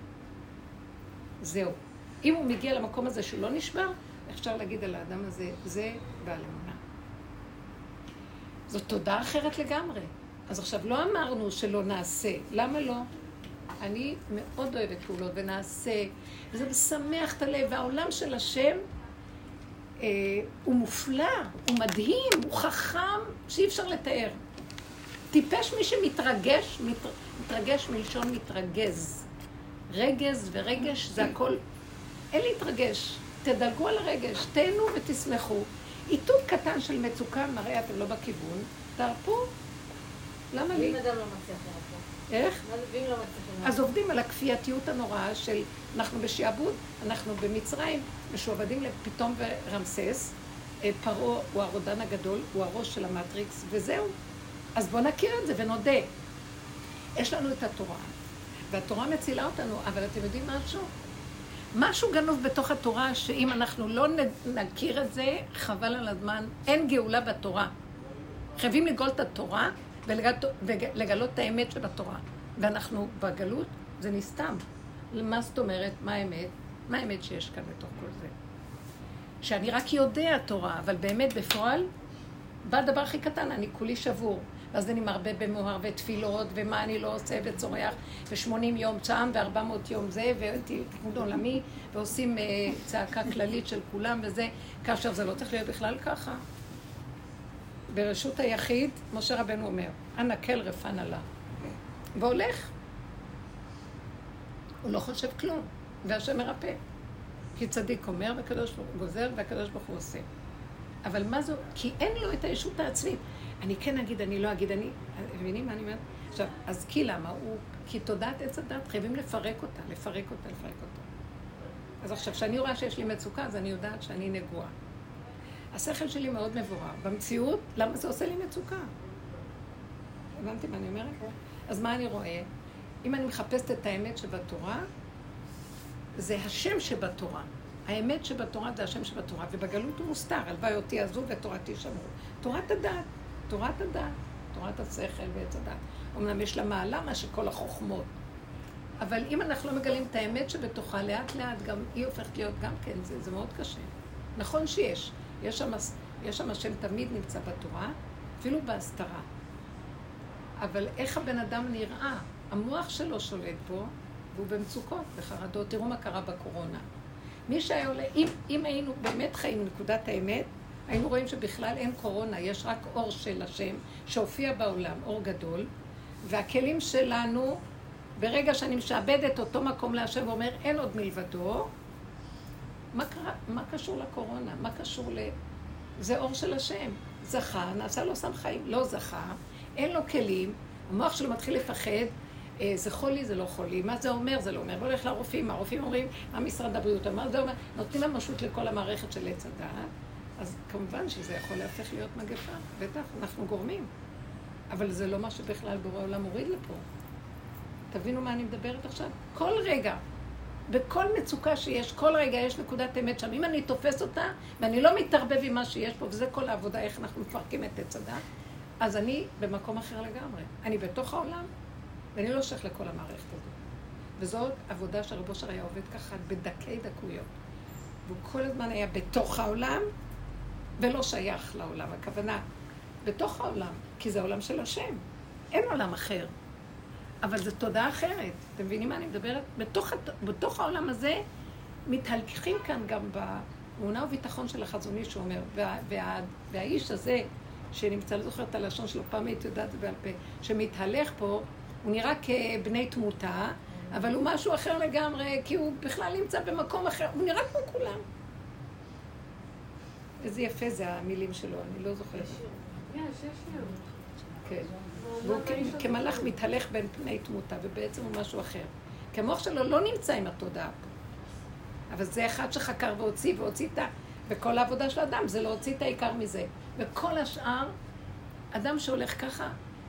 [SPEAKER 3] זהו. אם הוא מגיע למקום הזה שהוא לא נשבר, אפשר להגיד על האדם הזה, זה בעל אמונה. זאת תודה אחרת לגמרי. אז עכשיו, לא אמרנו שלא נעשה. למה לא? אני מאוד אוהבת פעולות ונעשה, וזה משמח את הלב, והעולם של השם אה, הוא מופלא, הוא מדהים, הוא חכם, שאי אפשר לתאר. טיפש מי שמתרגש, מתר, מתרגש מלשון מתרגז. רגז ורגש זה הכל, אין להתרגש. תדלגו על הרגש, תהנו ותשמחו. עיתון קטן של מצוקה מראה, אתם לא בכיוון, תרפו. למה לי?
[SPEAKER 2] אם אדם לא מצליח להרפות.
[SPEAKER 3] איך?
[SPEAKER 2] ואם לא מצליח
[SPEAKER 3] אז עובדים על הכפייתיות הנוראה של אנחנו בשעבוד, אנחנו במצרים, משועבדים לפתאום ורמסס, פרעה הוא הרודן הגדול, הוא הראש של המטריקס, וזהו. אז בואו נכיר את זה ונודה. יש לנו את התורה, והתורה מצילה אותנו, אבל אתם יודעים משהו? משהו גנוב בתוך התורה, שאם אנחנו לא נכיר את זה, חבל על הזמן, אין גאולה בתורה. חייבים לגאול את התורה ולגלות את האמת של התורה. ואנחנו בגלות, זה נסתם. מה זאת אומרת? מה האמת? מה האמת שיש כאן בתוך כל זה? שאני רק יודע תורה, אבל באמת בפועל, בא הדבר הכי קטן, אני כולי שבור. ואז אני מרבה במוהר ותפילות, ומה אני לא עושה וצורח, ושמונים יום צעם וארבע מאות יום זה, ותיקון עולמי, ועושים uh, צעקה כללית של כולם וזה, כאשר זה לא צריך להיות בכלל ככה. ברשות היחיד, משה רבנו אומר, אנא כל רפן עלה. והולך. הוא לא חושב כלום, והשם מרפא. כי צדיק אומר, והקדוש ברוך הוא גוזר, והקדוש ברוך הוא עושה. אבל מה זו? כי אין לו את הישות העצמית. אני כן אגיד, אני לא אגיד, אני... מבינים מה אני אומרת? עכשיו, אז כי למה? הוא... כי תודעת עץ הדת, חייבים לפרק אותה, לפרק אותה, לפרק אותה. אז עכשיו, כשאני רואה שיש לי מצוקה, אז אני יודעת שאני נגועה. השכל שלי מאוד מבורר. במציאות, למה זה עושה לי מצוקה? הבנתי מה אני אומרת? אז מה אני רואה? אם אני מחפשת את האמת שבתורה, זה השם שבתורה. האמת שבתורה זה השם שבתורה, ובגלות הוא מוסתר, הלוואי אותי עזו ותורתי שמרו. תורת הדעת, תורת הדעת, תורת השכל ועץ הדעת. אמנם יש לה מעלה מה שכל החוכמות. אבל אם אנחנו לא מגלים את האמת שבתוכה, לאט לאט גם היא הופכת להיות גם כן, זה, זה מאוד קשה. נכון שיש, יש שם, יש שם השם תמיד נמצא בתורה, אפילו בהסתרה. אבל איך הבן אדם נראה? המוח שלו שולט פה, והוא במצוקות, בחרדות. תראו מה קרה בקורונה. מי שהיה עולה, אם, אם היינו באמת חיים נקודת האמת, היינו רואים שבכלל אין קורונה, יש רק אור של השם שהופיע בעולם, אור גדול, והכלים שלנו, ברגע שאני משעבדת אותו מקום להשם ואומר, אין עוד מלבדו, מה, קרה, מה קשור לקורונה? מה קשור ל... זה אור של השם. זכה, נעשה לו סם חיים, לא זכה, אין לו כלים, המוח שלו מתחיל לפחד, זה חולי, זה לא חולי, מה זה אומר, זה לא אומר, והולך לרופאים, הרופאים אומרים, מה משרד הבריאות, מה זה אומר, נותנים ממשות לכל המערכת של עץ הדעת, אז כמובן שזה יכול להפך להיות מגפה, בטח, אנחנו גורמים, אבל זה לא מה שבכלל בורא העולם מוריד לפה. תבינו מה אני מדברת עכשיו? כל רגע, בכל מצוקה שיש, כל רגע יש נקודת אמת שם, אם אני תופס אותה, ואני לא מתערבב עם מה שיש פה, וזה כל העבודה, איך אנחנו מפרקים את עץ הדעת, אז אני במקום אחר לגמרי. אני בתוך העולם, ואני לא שייך לכל המערכת הזאת. וזאת עבודה שהרב אושר היה עובד ככה בדקי דקויות. והוא כל הזמן היה בתוך העולם, ולא שייך לעולם. הכוונה, בתוך העולם, כי זה העולם של השם. אין עולם אחר. אבל זו תודעה אחרת. אתם מבינים מה אני מדברת? בתוך, בתוך העולם הזה, מתהלכים כאן גם באמונה וביטחון של החזון איש, שהוא אומר, וה, וה, והאיש הזה, שנמצא, לא זוכרת את הלשון שלו, פעם הייתי יודעת זה בעל פה, שמתהלך פה, הוא נראה כבני תמותה, אבל הוא משהו אחר לגמרי, כי הוא בכלל נמצא במקום אחר, הוא נראה כמו כולם. איזה יפה זה המילים שלו, אני לא זוכרת.
[SPEAKER 1] יש, יש שיר.
[SPEAKER 3] כן. והוא כמלאך מתהלך בין פני תמותה, ובעצם הוא משהו אחר. כי המוח שלו לא נמצא עם התודעה פה. אבל זה אחד שחקר והוציא, והוציא את ה... וכל העבודה של האדם, זה לא הוציא את העיקר מזה. וכל השאר, אדם שהולך ככה,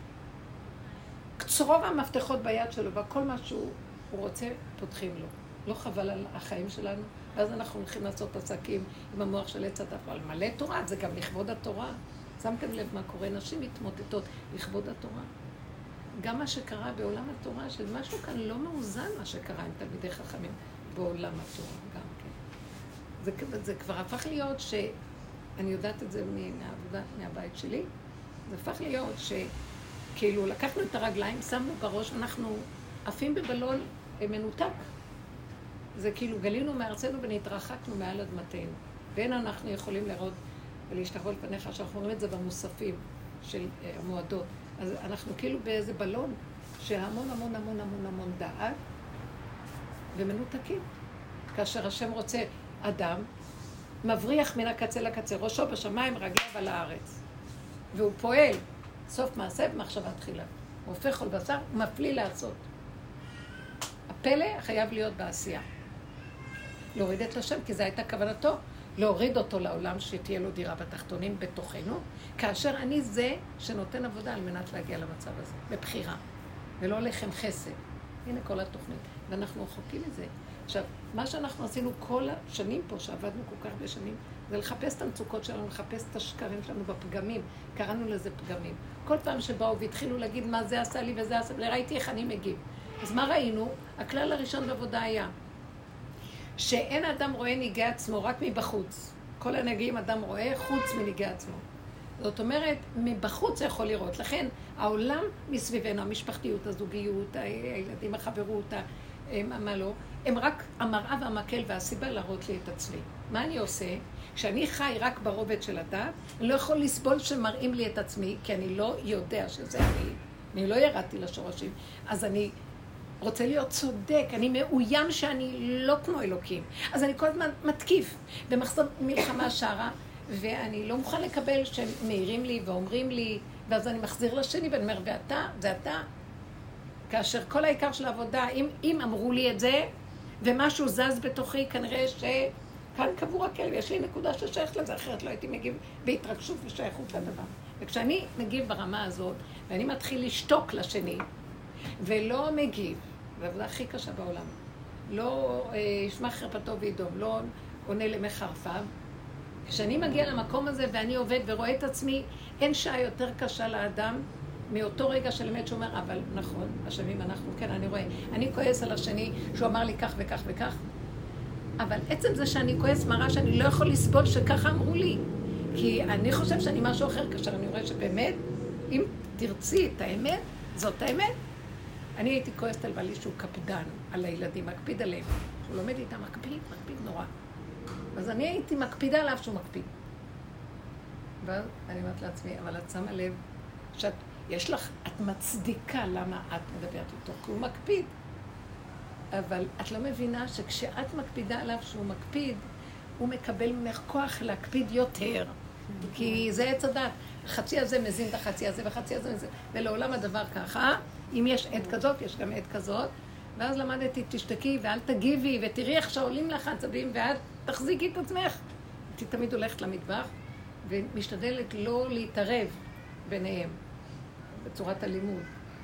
[SPEAKER 3] קצרור המפתחות ביד שלו, והכל מה שהוא רוצה, פותחים לו. לא חבל על החיים שלנו, ואז אנחנו הולכים לעשות עסקים עם המוח של עץ הדת, אבל מלא תורה, זה גם לכבוד התורה. שמתם לב מה קורה, נשים מתמוטטות לכבוד התורה. גם מה שקרה בעולם התורה, של משהו כאן לא מאוזן מה שקרה עם תלמידי חכמים בעולם התורה, גם כן. זה, זה כבר הפך להיות ש... אני יודעת את זה מהעבודה, מהבית שלי, זה הפך להיות שכאילו לקחנו את הרגליים, שמנו בראש, ואנחנו עפים בבלון מנותק. זה כאילו גלינו מארצנו ונתרחקנו מעל אדמתנו. ואין אנחנו יכולים לראות ולהשתחוות פניך, שאנחנו רואים את זה במוספים של המועדות. אז אנחנו כאילו באיזה בלון שהמון המון המון המון המון דעת ומנותקים. כאשר השם רוצה אדם, מבריח מן הקצה לקצה, ראשו בשמיים, רגליו על הארץ. והוא פועל, סוף מעשה במחשבה תחילה. הוא הופך כל בשר, הוא מפליא לעשות. הפלא חייב להיות בעשייה. להוריד את השם, כי זו הייתה כוונתו, להוריד אותו לעולם שתהיה לו דירה בתחתונים בתוכנו, כאשר אני זה שנותן עבודה על מנת להגיע למצב הזה, בבחירה, ולא לחם חסד. הנה כל התוכנית, ואנחנו רחוקים מזה. עכשיו, מה שאנחנו עשינו כל השנים פה, שעבדנו כל כך הרבה שנים, זה לחפש את המצוקות שלנו, לחפש את השקרים שלנו בפגמים, קראנו לזה פגמים. כל פעם שבאו והתחילו להגיד מה זה עשה לי וזה עשה לי, ראיתי איך אני מגיב. אז מה ראינו? הכלל הראשון בעבודה היה, שאין אדם רואה נגעי עצמו רק מבחוץ. כל הנגעים אדם רואה חוץ מנגעי עצמו. זאת אומרת, מבחוץ זה יכול לראות. לכן, העולם מסביבנו, המשפחתיות, הזוגיות, הילדים, החברות, מה לא, הם רק המראה והמקל והסיבה להראות לי את עצמי. מה אני עושה? כשאני חי רק ברובד של הדת, אני לא יכול לסבול שמראים לי את עצמי, כי אני לא יודע שזה אני. אני לא ירדתי לשורשים. אז אני רוצה להיות צודק, אני מאוים שאני לא כמו אלוקים. אז אני כל הזמן מתקיף במחסום מלחמה שערה, ואני לא מוכן לקבל שהם מעירים לי ואומרים לי, ואז אני מחזיר לשני ואני אומר, ואתה, זה אתה. כאשר כל העיקר של העבודה, אם, אם אמרו לי את זה, ומשהו זז בתוכי, כנראה שכאן קבור הכלב, יש לי נקודה ששייכת לזה, אחרת לא הייתי מגיב בהתרגשות ושייכות לדבר. וכשאני מגיב ברמה הזאת, ואני מתחיל לשתוק לשני, ולא מגיב, והעבודה הכי קשה בעולם, לא ישמע חרפתו וידום, לא עונה למחרפיו, כשאני מגיע למקום הזה ואני עובד ורואה את עצמי, אין שעה יותר קשה לאדם, מאותו רגע של אמת שאומר, אבל נכון, אשמים אנחנו, כן, אני רואה, אני כועס על השני שהוא אמר לי כך וכך וכך, אבל עצם זה שאני כועס מראה שאני לא יכול לסבול שככה אמרו לי, כי אני חושב שאני משהו אחר, כאשר אני רואה שבאמת, אם תרצי את האמת, זאת האמת. אני הייתי כועסת על בעלי שהוא קפדן על הילדים, מקפיד עליהם, שהוא לומד איתם, מקפיד, מקפיד נורא. אז אני הייתי מקפידה עליו שהוא מקפיד. ואז אני אומרת לעצמי, אבל את שמה לב שאת, יש לך, את מצדיקה למה את מדברת איתו, כי הוא מקפיד. אבל את לא מבינה שכשאת מקפידה עליו שהוא מקפיד, הוא מקבל ממך כוח להקפיד יותר. כי זה עץ הדת. החצי הזה מזין את החצי הזה, והחצי הזה מזין. ולעולם הדבר ככה, אם יש עת כזאת, יש גם עת כזאת. ואז למדתי, תשתקי ואל תגיבי, ותראי איך שעולים לך עצבים, ואת תחזיקי את עצמך. היא תמיד הולכת למטבח, ומשתדלת לא להתערב ביניהם, בצורת הלימוד.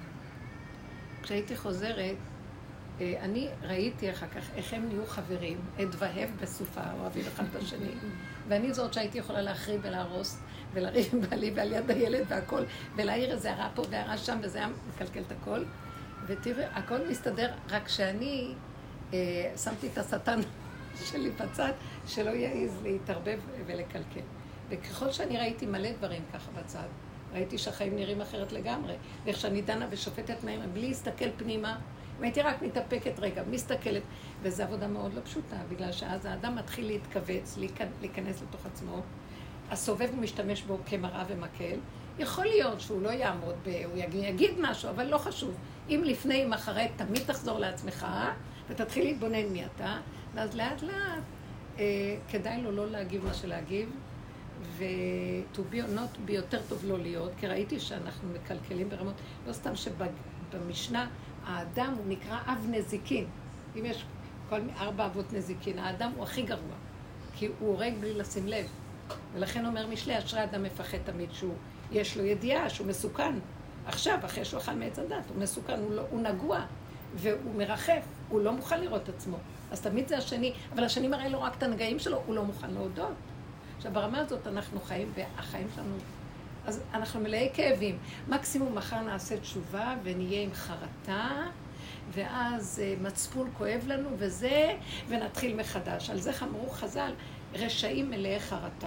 [SPEAKER 3] כשהייתי חוזרת, אני ראיתי אחר כך איך הם נהיו חברים, עד והב בסופה, אוהבים אחד את השני. ואני זאת שהייתי יכולה להחריב ולהרוס, ולריב עם בעלי ועל יד הילד והכל, ולהעיר איזה הרע פה והרע שם, וזה היה מקלקל את הכל. ותראי, הכל מסתדר, רק שאני אה, שמתי את השטן שלי בצד, שלא יעז להתערבב ולקלקל. וככל שאני ראיתי מלא דברים ככה בצד, ראיתי שהחיים נראים אחרת לגמרי. ואיך שאני דנה ושופטת מהם, בלי להסתכל פנימה, אם הייתי רק מתאפקת רגע, מסתכלת, וזו עבודה מאוד לא פשוטה, בגלל שאז האדם מתחיל להתכווץ, להיכנס לתוך עצמו, הסובב ומשתמש בו כמראה ומקל, יכול להיות שהוא לא יעמוד, ב... הוא יגיד משהו, אבל לא חשוב. אם לפני, אם אחרי, תמיד תחזור לעצמך, ותתחיל להתבונן מי אתה, ואז לאט לאט אה, כדאי לו לא להגיב מה שלהגיב, ו-to be or not be יותר טוב לא להיות, כי ראיתי שאנחנו מקלקלים ברמות, לא סתם שבמשנה, האדם הוא נקרא אב נזיקין. אם יש כל ארבע אבות נזיקין, האדם הוא הכי גרוע, כי הוא הורג בלי לשים לב. ולכן אומר משלי, אשרי אדם מפחד תמיד שהוא, יש לו ידיעה שהוא מסוכן. עכשיו, אחרי שהוא אכל מעץ הדת, הוא מסוכן, הוא, לא, הוא נגוע, והוא מרחף, הוא לא מוכן לראות את עצמו. אז תמיד זה השני, אבל השני מראה לו רק את הנגעים שלו, הוא לא מוכן להודות. עכשיו, ברמה הזאת אנחנו חיים, והחיים שלנו, אז אנחנו מלאי כאבים. מקסימום מחר נעשה תשובה, ונהיה עם חרטה, ואז מצפון כואב לנו, וזה, ונתחיל מחדש. על זה אמרו חז"ל, רשעים מלאי חרטה.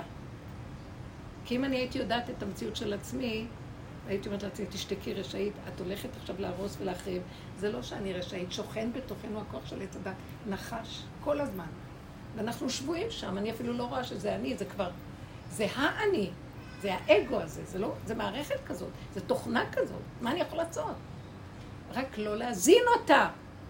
[SPEAKER 3] כי אם אני הייתי יודעת את המציאות של עצמי, הייתי אומרת לעצמי, תשתקי רשאית, את הולכת עכשיו להרוס ולהחריב. זה לא שאני רשאית, שוכן בתוכנו הכוח של עץ הדת, נחש, כל הזמן. ואנחנו שבועים שם, אני אפילו לא רואה שזה אני, זה כבר, זה האני, זה האגו הזה, זה לא, זה מערכת כזאת, זה תוכנה כזאת, מה אני יכול לעשות? רק לא להזין אותה.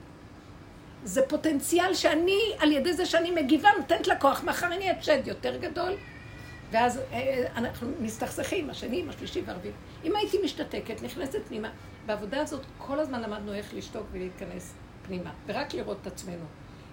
[SPEAKER 3] זה פוטנציאל שאני, על ידי זה שאני מגיבה, נותנת לכוח, מחר אני אצ'ד יותר גדול, ואז אנחנו מסתכסכים, השני, השלישי והרביעי. אם הייתי משתתקת, נכנסת פנימה, בעבודה הזאת כל הזמן למדנו איך לשתוק ולהתכנס פנימה, ורק לראות את עצמנו.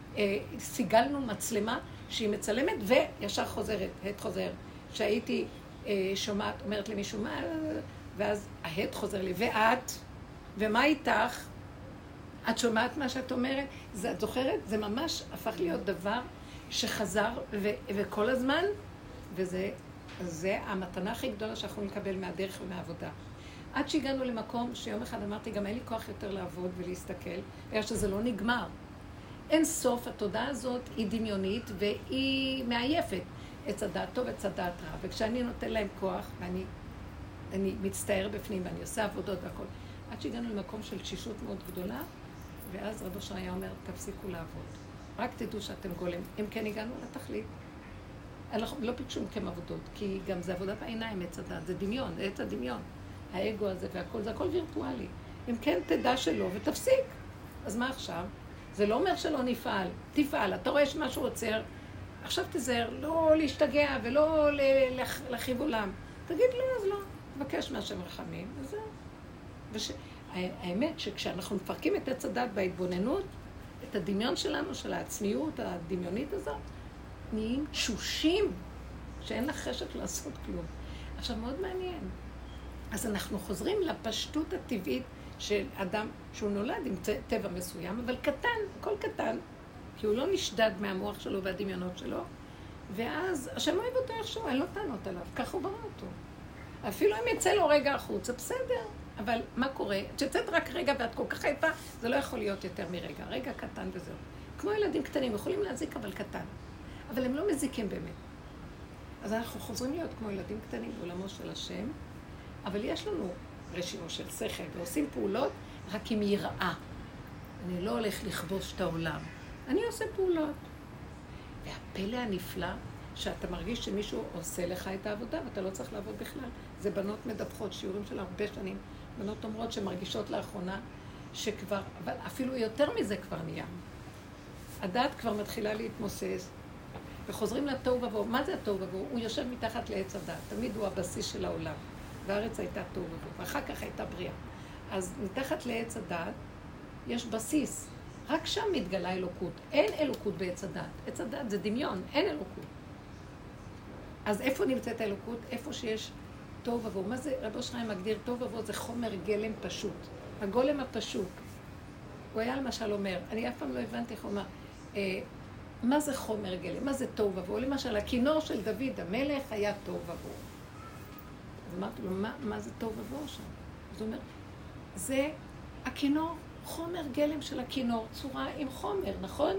[SPEAKER 3] סיגלנו מצלמה שהיא מצלמת וישר חוזרת, הד חוזר. שהייתי שומעת, אומרת למישהו מה, ואז ההד חוזר לי, ואת, ומה איתך? את שומעת מה שאת אומרת? זה, את זוכרת? זה ממש הפך להיות דבר שחזר ו- וכל הזמן, וזה זה המתנה הכי גדולה שאנחנו נקבל מהדרך ומהעבודה. עד שהגענו למקום שיום אחד אמרתי, גם אין לי כוח יותר לעבוד ולהסתכל, בגלל שזה לא נגמר. אין סוף, התודעה הזאת היא דמיונית והיא מעייפת. עץ הדעת טוב, עץ הדעת רע. וכשאני נותן להם כוח, ואני אני מצטער בפנים, ואני עושה עבודות והכל, עד שהגענו למקום של תשישות מאוד גדולה, ואז רב אושר היה אומר, תפסיקו לעבוד. רק תדעו שאתם גולם. אם כן הגענו לתכלית. אנחנו לא ביקשו מכם עבודות, כי גם זה עבודת העיניים, עץ הדעת, זה דמיון, זה עץ הדמיון. האגו הזה והכל, זה הכל וירטואלי. אם כן תדע שלא ותפסיק. אז מה עכשיו? זה לא אומר שלא נפעל. תפעל, אתה רואה שמשהו עוצר, עכשיו תזהר, לא להשתגע ולא להחיב עולם. תגיד לא, אז לא. תבקש מהשם רחמים, וזהו. וש... האמת שכשאנחנו מפרקים את עץ הדת בהתבוננות, את הדמיון שלנו, של העצמיות הדמיונית הזאת, נהיים תשושים, שאין לך חשק לעשות כלום. עכשיו, מאוד מעניין. אז אנחנו חוזרים לפשטות הטבעית של אדם שהוא נולד עם טבע מסוים, אבל קטן, הכל קטן, כי הוא לא נשדד מהמוח שלו והדמיונות שלו, ואז השם אוהב אותו איכשהו, אין לו טענות עליו, ככה הוא ברא אותו. אפילו אם יצא לו רגע החוצה, בסדר, אבל מה קורה? כשצאת רק רגע ואת כל כך יפה, זה לא יכול להיות יותר מרגע, רגע קטן וזהו. כמו ילדים קטנים, יכולים להזיק אבל קטן, אבל הם לא מזיקים באמת. אז אנחנו חוזרים להיות כמו ילדים קטנים בעולמו של השם, אבל יש לנו רשימו של שכל, ועושים פעולות רק עם יראה. אני לא הולך לכבוש את העולם, אני עושה פעולות. והפלא הנפלא, שאתה מרגיש שמישהו עושה לך את העבודה, ואתה לא צריך לעבוד בכלל. זה בנות מדווחות, שיעורים של הרבה שנים. בנות אומרות שמרגישות לאחרונה, שכבר, אבל אפילו יותר מזה כבר נהיה. הדעת כבר מתחילה להתמוסס, וחוזרים לתוהו ובוהו. מה זה התוהו ובוהו? הוא יושב מתחת לעץ הדעת. תמיד הוא הבסיס של העולם. והארץ הייתה תוהו ובוהו, ואחר כך הייתה בריאה. אז מתחת לעץ הדעת יש בסיס. רק שם מתגלה אלוקות. אין אלוקות בעץ הדעת. עץ הדעת זה דמיון, אין אלוקות. אז איפה נמצאת האלוקות? איפה שיש טוב ובוא. מה זה, רבו שחיים מגדיר טוב ובוא? זה חומר גלם פשוט. הגולם הפשוט. הוא היה למשל אומר, אני אף פעם לא הבנתי איך הוא אומר, אה, מה זה חומר גלם? מה זה טוב ובוא? למשל, הכינור של דוד המלך היה טוב ובוא. אז אמרתי לו, מה, מה זה טוב ובוא שם? אז הוא אומר, זה הכינור, חומר גלם של הכינור, צורה עם חומר, נכון?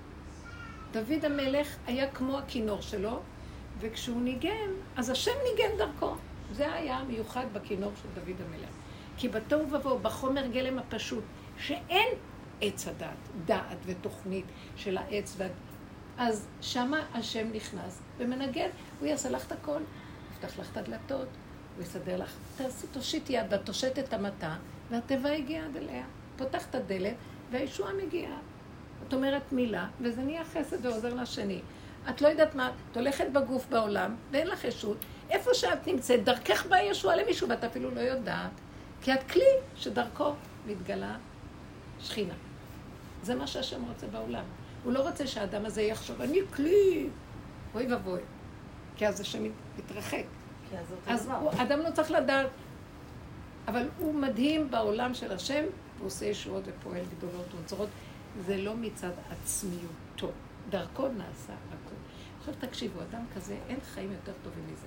[SPEAKER 3] דוד המלך היה כמו הכינור שלו, וכשהוא ניגן, אז השם ניגן דרכו. זה היה המיוחד בכינור של דוד המלך. כי בתוהו ובוהו, בחומר גלם הפשוט, שאין עץ הדעת, דעת ותוכנית של העץ, וה... אז שמה השם נכנס ומנגן, הוא יעשה לך את הכל, יפתח לך את הדלתות, הוא יסדר לך, תעשי, תושיט יד, ואת תושט את המטה, והטבע הגיע עד אליה. פותח את הדלת, והישועה מגיעה. את אומרת מילה, וזה נהיה חסד ועוזר לשני. את לא יודעת מה, את הולכת בגוף בעולם, ואין לך ישות. איפה שאת נמצאת, דרכך באה ישועה למישהו, ואת אפילו לא יודעת. כי את כלי שדרכו מתגלה שכינה. זה מה שהשם רוצה בעולם. הוא לא רוצה שהאדם הזה יחשוב, אני כלי. אוי ובוי. כי אז השם מתרחק. אז האדם לא צריך לדעת. אבל הוא מדהים בעולם של השם, הוא עושה ישועות ופועל גדולות ונצורות. זה לא מצד עצמיותו. דרכו נעשה הכל. עכשיו תקשיבו, אדם כזה, אין חיים יותר טובים מזה.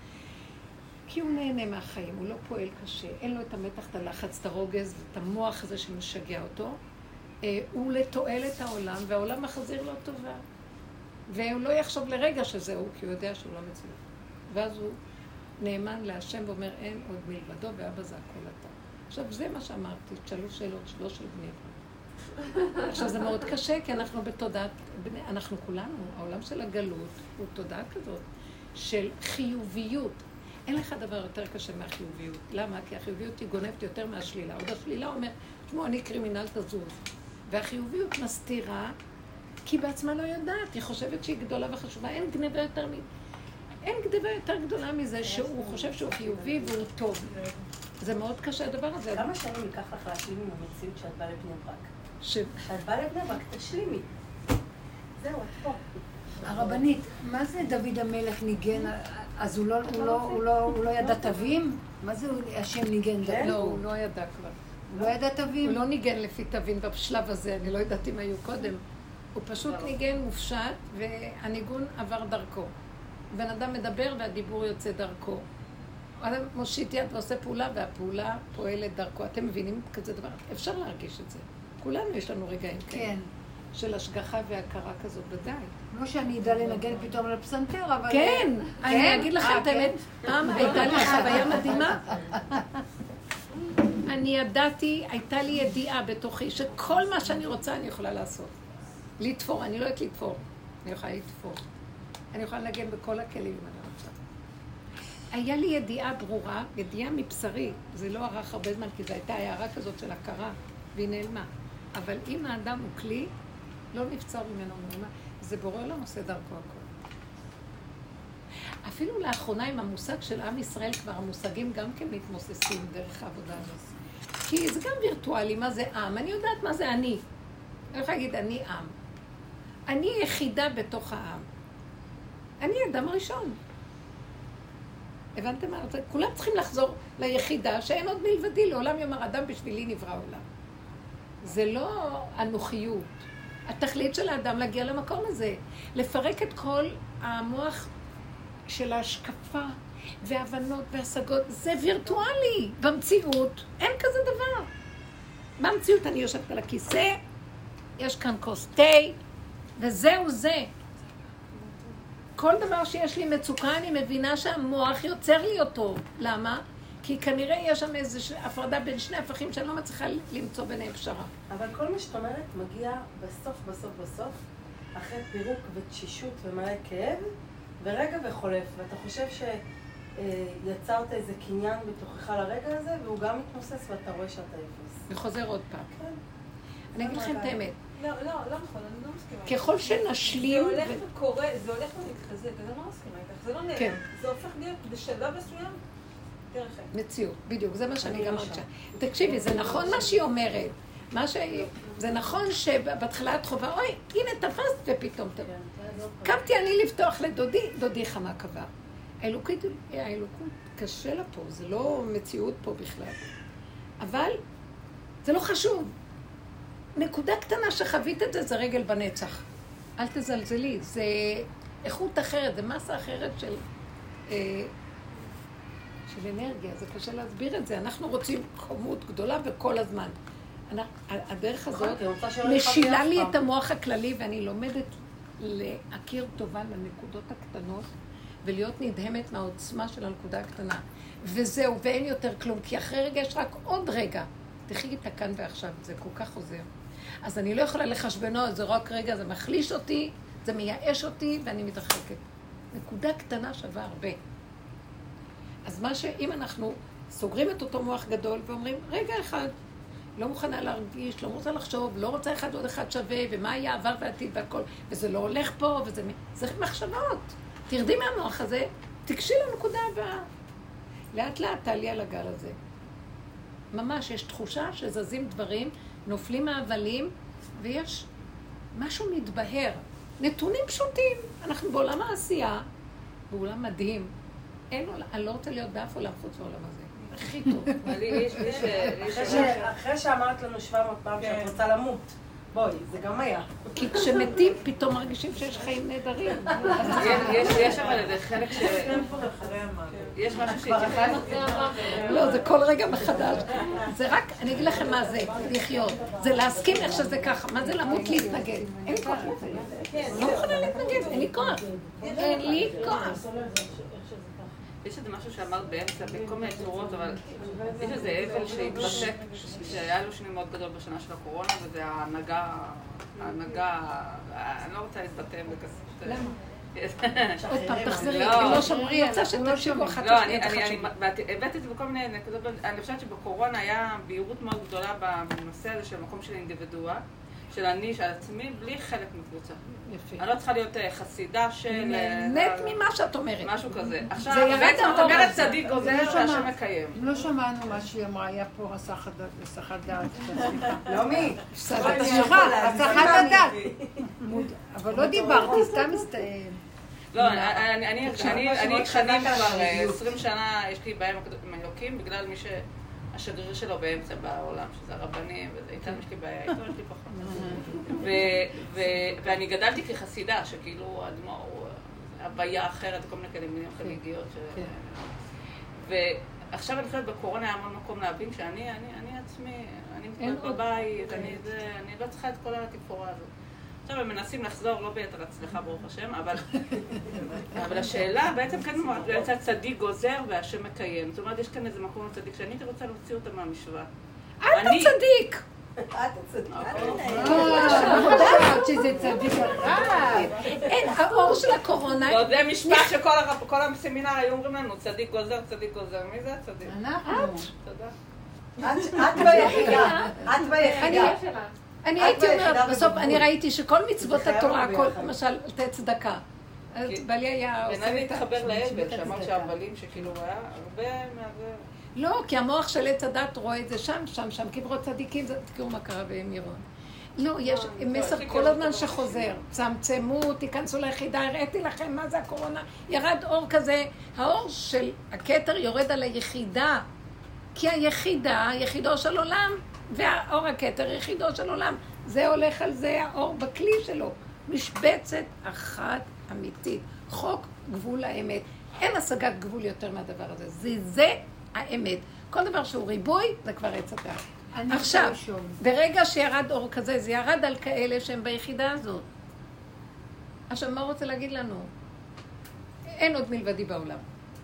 [SPEAKER 3] כי הוא נהנה מהחיים, הוא לא פועל קשה, אין לו את המתח, את הלחץ, את הרוגז, את המוח הזה שמשגע אותו. הוא לתועלת העולם, והעולם מחזיר לו טובה. והוא לא יחשוב לרגע שזהו, כי הוא יודע שהוא לא מצליח. ואז הוא נאמן להשם ואומר, אין עוד מלבדו, ואבא זה הכל אתה. עכשיו, זה מה שאמרתי, תשאלו שאלות שלו של בני ברק. עכשיו, זה מאוד קשה, כי אנחנו בתודעת, אנחנו כולנו, העולם של הגלות הוא תודעה כזאת, של חיוביות. אין לך דבר יותר קשה מהחיוביות. למה? כי החיוביות היא גונבת יותר מהשלילה. עוד השלילה אומר, תשמעו, אני קרימינל תזוז. והחיוביות מסתירה, כי בעצמה לא יודעת, היא חושבת שהיא גדולה וחשובה. אין גנבה יותר מ... אין גדבה יותר גדולה מזה שהוא חושב שהוא חיובי והוא טוב. זה מאוד קשה הדבר הזה.
[SPEAKER 2] כמה שנים ייקח לך להשלים עם המציאות שאת באה לבני ברק? שאת באה לבני ברק, תשלימי. זהו, את פה.
[SPEAKER 4] הרבנית, מה זה דוד המלך ניגן? אז הוא לא, הוא לא, הוא לא, הוא לא ידע תווים? מה זה השם ניגן?
[SPEAKER 3] לא, הוא לא ידע כבר.
[SPEAKER 4] הוא לא ידע תווים?
[SPEAKER 3] הוא לא ניגן לפי תווים בשלב הזה, אני לא יודעת אם היו קודם. הוא פשוט ניגן מופשט, והניגון עבר דרכו. בן אדם מדבר והדיבור יוצא דרכו. אדם מושיט יד ועושה פעולה, והפעולה פועלת דרכו. אתם מבינים כזה דבר? אפשר להרגיש את זה. כולנו יש לנו רגעים כאלה. כן. של השגחה והכרה כזאת, ודאי.
[SPEAKER 4] לא שאני אדע לנגן פתאום לפסנתר, אבל...
[SPEAKER 3] כן, אני אגיד לכם את האמת. פעם הייתה לי חוויה מדהימה. אני ידעתי, הייתה לי ידיעה בתוכי, שכל מה שאני רוצה אני יכולה לעשות. לתפור, אני לא יודעת לתפור. אני יכולה לתפור. אני יכולה לנגן בכל הכלים אם אני רוצה. היה לי ידיעה ברורה, ידיעה מבשרי. זה לא ערך הרבה זמן, כי זו הייתה הערה כזאת של הכרה, והיא נעלמה. אבל אם האדם הוא כלי, לא נפצר ממנו נעלמה. זה בורא עולם עושה דרכו הכל. אפילו לאחרונה עם המושג של עם ישראל, כבר המושגים גם כן מתמוססים דרך העבודה הזאת. כי זה גם וירטואלי, מה זה עם? אני יודעת מה זה אני. אני יכולה להגיד, אני עם. אני יחידה בתוך העם. אני אדם הראשון. הבנתם מה? כולם צריכים לחזור ליחידה שאין עוד מלבדי. לעולם יאמר, אדם בשבילי נברא עולם. זה לא אנוכיות. התכלית של האדם להגיע למקום הזה. לפרק את כל המוח של ההשקפה והבנות והשגות. זה וירטואלי. במציאות אין כזה דבר. במציאות אני יושבת על הכיסא, יש כאן כוס תה, וזהו זה. כל דבר שיש לי מצוקה, אני מבינה שהמוח יוצר לי אותו. למה? כי כנראה יש שם איזו הפרדה בין שני הפכים שאני לא מצליחה למצוא ביניהם פשרה.
[SPEAKER 2] אבל כל מה שאת אומרת מגיע בסוף, בסוף, בסוף, אחרי פירוק ותשישות ומלא כאב, ורגע וחולף. ואתה חושב שיצרת איזה קניין בתוכך לרגע הזה, והוא גם מתנוסס ואתה רואה שאתה אפס.
[SPEAKER 3] וחוזר עוד פעם.
[SPEAKER 2] כן.
[SPEAKER 3] אני אגיד לכם את האמת.
[SPEAKER 1] לא, לא, לא נכון, אני לא מסכימה.
[SPEAKER 3] ככל שנשלים...
[SPEAKER 1] זה הולך וקורה, זה הולך ומתחזק, אני לא מסכימה איתך, זה לא נעלם. זה הופך להיות בשלב מסוים
[SPEAKER 3] מציאות, בדיוק, זה מה שאני גם רוצה. תקשיבי, זה נכון מה שהיא אומרת. מה שהיא, זה נכון שבתחילת חובה, אוי, הנה תפסת ופתאום תפסת. קמתי אני לפתוח לדודי, דודי חמה קבע. האלוקות, האלוקות קשה לה פה, זה לא מציאות פה בכלל. אבל זה לא חשוב. נקודה קטנה שחווית את זה, זה רגל בנצח. אל תזלזלי, זה איכות אחרת, זה מסה אחרת של, אה, של אנרגיה, זה קשה להסביר את זה. אנחנו רוצים כמות גדולה וכל הזמן. הדרך הזאת משילה לי את המוח הכללי, ואני לומדת להכיר טובה לנקודות הקטנות, ולהיות נדהמת מהעוצמה של הנקודה הקטנה. וזהו, ואין יותר כלום, כי אחרי רגע יש רק עוד רגע. תחי את הכאן ועכשיו, זה כל כך עוזר. אז אני לא יכולה לחשבנו, זה רק רגע, זה מחליש אותי, זה מייאש אותי, ואני מתרחקת. נקודה קטנה שווה הרבה. אז מה שאם אנחנו סוגרים את אותו מוח גדול ואומרים, רגע אחד, לא מוכנה להרגיש, לא רוצה לחשוב, לא רוצה אחד עוד אחד שווה, ומה היה עבר ועתיד והכל, וזה לא הולך פה, וזה... זה מחשבות. תרדי מהמוח הזה, תקשי לנקודה הבאה. לאט לאט תעלי על הגל הזה. ממש, יש תחושה שזזים דברים, נופלים מהבלים, ויש משהו מתבהר. נתונים פשוטים. אנחנו בעולם העשייה, בעולם מדהים. אין עולם, אני לא רוצה להיות באף עולם חוץ מהעולם הזה. הכי טוב.
[SPEAKER 2] אחרי שאמרת לנו שבע מאות פעם שאת רוצה למות, בואי, זה גם היה.
[SPEAKER 3] כי כשמתים פתאום מרגישים שיש חיים נהדרים.
[SPEAKER 5] יש אבל איזה חלק ש... יש משהו שהתייחס...
[SPEAKER 3] לא, זה כל רגע מחדש. זה רק, אני אגיד לכם מה זה, לחיות. זה להסכים איך שזה ככה. מה זה למות להתנגד? אין לי כוח להתנגד. לא יכולה להתנגד, אין לי כוח. אין לי כוח.
[SPEAKER 5] יש איזה משהו שאמרת באמצע, בכל מיני צורות, אבל יש איזה אבל שהתרסק, שהיה לו שני מאוד גדול בשנה של הקורונה, וזה ההנהגה, ההנהגה, אני לא רוצה להתבטא בכסף.
[SPEAKER 3] למה? עוד פעם, תחזרי, אם לא שמרי, יצא שתקשיבו אחת
[SPEAKER 5] לא, אני הבאתי את זה בכל מיני נקודות, אני חושבת שבקורונה היה בהירות מאוד גדולה בנושא הזה של המקום של אינדיבידואל, של אני, של עצמי, בלי חלק מקבוצה.
[SPEAKER 3] יפה.
[SPEAKER 5] אני לא צריכה להיות חסידה של...
[SPEAKER 3] נט ממה שאת אומרת.
[SPEAKER 5] משהו כזה. עכשיו, בעצם את אומרת צדיק גוזר שהשם מקיים.
[SPEAKER 4] לא שמענו מה שהיא אמרה, היה פה הסחת דעת.
[SPEAKER 2] לא מי?
[SPEAKER 4] הסחת הדעת. אבל לא דיברתי, סתם מסתיים.
[SPEAKER 5] לא, אני שנים כבר עשרים שנה, יש לי בעיה עם אלוקים, בגלל מי ש... השגריר שלו באמצע בעולם, שזה הרבנים, וזה איתם יש לי בעיה, איתו יש לי פחות. ואני גדלתי כחסידה, שכאילו האדמו"ר הוא הוויה אחרת, כל מיני כאלה מילים חגיגיות. ועכשיו אני חושבת בקורונה היה המון מקום להבין שאני אני עצמי, אני מתקבל בבית, אני לא צריכה את כל התפאורה הזאת. עכשיו הם מנסים לחזור, לא ביתר הצלחה ברוך השם, אבל השאלה בעצם כן בעצם צדיק גוזר והשם מקיים. זאת אומרת, יש כאן איזה מקום לצדיק שאני הייתי רוצה להוציא אותה מהמשוואה.
[SPEAKER 3] את הצדיק!
[SPEAKER 2] את הצדיק.
[SPEAKER 4] חושבת שזה צדיק אחד.
[SPEAKER 3] אין, האור של הקורונה...
[SPEAKER 5] זה משפט שכל הסמינר היו אומרים לנו, צדיק גוזר, צדיק גוזר. מי זה הצדיק?
[SPEAKER 4] אנחנו.
[SPEAKER 5] תודה.
[SPEAKER 2] את ביחידה. את ביחידה.
[SPEAKER 3] אני הייתי אומרת, בסוף אני ראיתי שכל מצוות התורה, למשל, לתת צדקה. בעלי היה עושה את ה...
[SPEAKER 5] בעיניי להתחבר להבל, שאמר שהבלים שכאילו היה הרבה מהזה...
[SPEAKER 3] לא, כי המוח של עץ הדת רואה את זה שם, שם, שם, קברות צדיקים, תראו מה קרה במירון. לא, יש מסר כל הזמן שחוזר. צמצמו, תיכנסו ליחידה, הראיתי לכם מה זה הקורונה. ירד אור כזה, האור של הכתר יורד על היחידה. כי היחידה, יחידו של עולם, והאור הכתר, יחידו של עולם. זה הולך על זה, האור בכלי שלו. משבצת אחת אמיתית. חוק גבול האמת. אין השגת גבול יותר מהדבר הזה. זה זה האמת. כל דבר שהוא ריבוי, זה כבר עץ הדת. עכשיו, ברגע שירד אור כזה, זה ירד על כאלה שהם ביחידה הזאת. עכשיו, מה רוצה להגיד לנו? אין עוד מלבדי בעולם.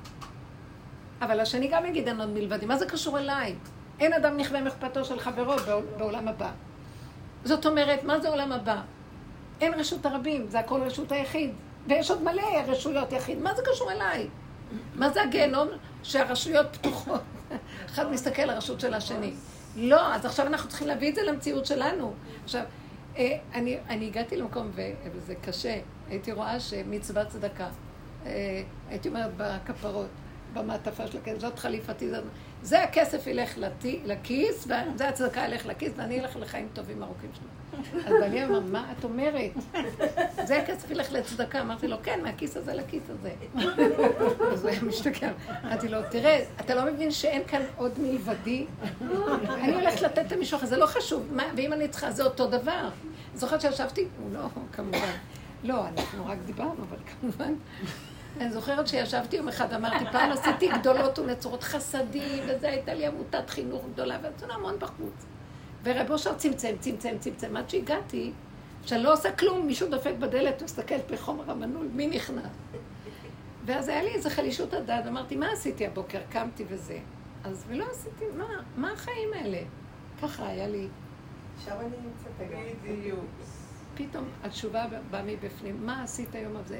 [SPEAKER 3] אבל השני גם יגיד אין עוד מלבדי. מה זה קשור אליי? אין אדם נכווה מחפתו של חברו בעולם הבא. זאת אומרת, מה זה עולם הבא? אין רשות הרבים, זה הכל רשות היחיד. ויש עוד מלא רשויות יחיד. מה זה קשור אליי? מה זה הגיהנום שהרשויות פתוחות? אחד מסתכל על הרשות של השני. לא, אז עכשיו אנחנו צריכים להביא את זה למציאות שלנו. עכשיו, אני, אני הגעתי למקום, וזה קשה, הייתי רואה שמצוות צדקה, הייתי אומרת בכפרות, במעטפה של הכסף, זאת חליפתי, זה הכסף ילך לכיס, וזה הצדקה ילך לכיס, ואני אלך לחיים טובים ארוכים שלו. אז בעלי אמר, מה את אומרת? זה הכסף ילך לצדקה. אמרתי לו, כן, מהכיס הזה לכיס הזה. אז הוא היה משתגע. אמרתי לו, תראה, אתה לא מבין שאין כאן עוד מלבדי? אני הולכת לתת למישהו אחר, זה לא חשוב, ואם אני צריכה, זה אותו דבר. זוכרת שישבתי? לא, כמובן. לא, אנחנו רק דיברנו, אבל כמובן. אני זוכרת שישבתי יום אחד, אמרתי, פעם עשיתי גדולות ונצורות חסדים, וזה הייתה לי עמותת חינוך גדולה, ועשינו המון בחוץ. ורב אושר צמצם, צמצם, צמצם, עד שהגעתי, שאני לא עושה כלום, מישהו דופק בדלת, מסתכלת בחומר המנעול, מי נכנס? ואז היה לי איזו חלישות הדעת, אמרתי, מה עשיתי הבוקר? קמתי וזה. אז ולא עשיתי, מה? מה החיים האלה? ככה היה לי.
[SPEAKER 2] עכשיו אני נמצאת גם.
[SPEAKER 1] בדיוק.
[SPEAKER 3] פתאום התשובה באה מבפנים, מה עשית היום הזה?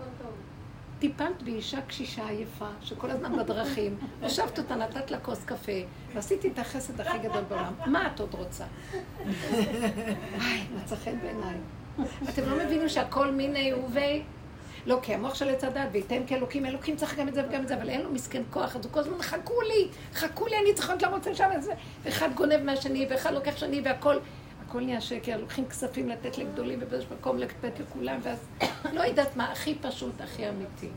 [SPEAKER 3] טיפלת באישה קשישה עייפה, שכל הזמן בדרכים, ישבת אותה, נתת לה כוס קפה, ועשיתי את החסד הכי גדול בעולם. מה את עוד רוצה? איי, מצא חן בעיניי. אתם לא מבינים שהכל מיני ובי? לא, כי המוח של עץ הדת, וייתן כאלוקים, אלוקים צריך גם את זה וגם את זה, אבל אין לו מסכן כוח, אז הוא כל הזמן, חכו לי, חכו לי, אני צריכה לרוץ לשם את זה. ואחד גונב מהשני, ואחד לוקח שני, והכל, הכל נהיה שקר, לוקחים כספים לתת לגדולים, ובאיזשהו מקום לתת לכולם, ואז לא יודעת מה, הכי פשוט, הכי אמיתי.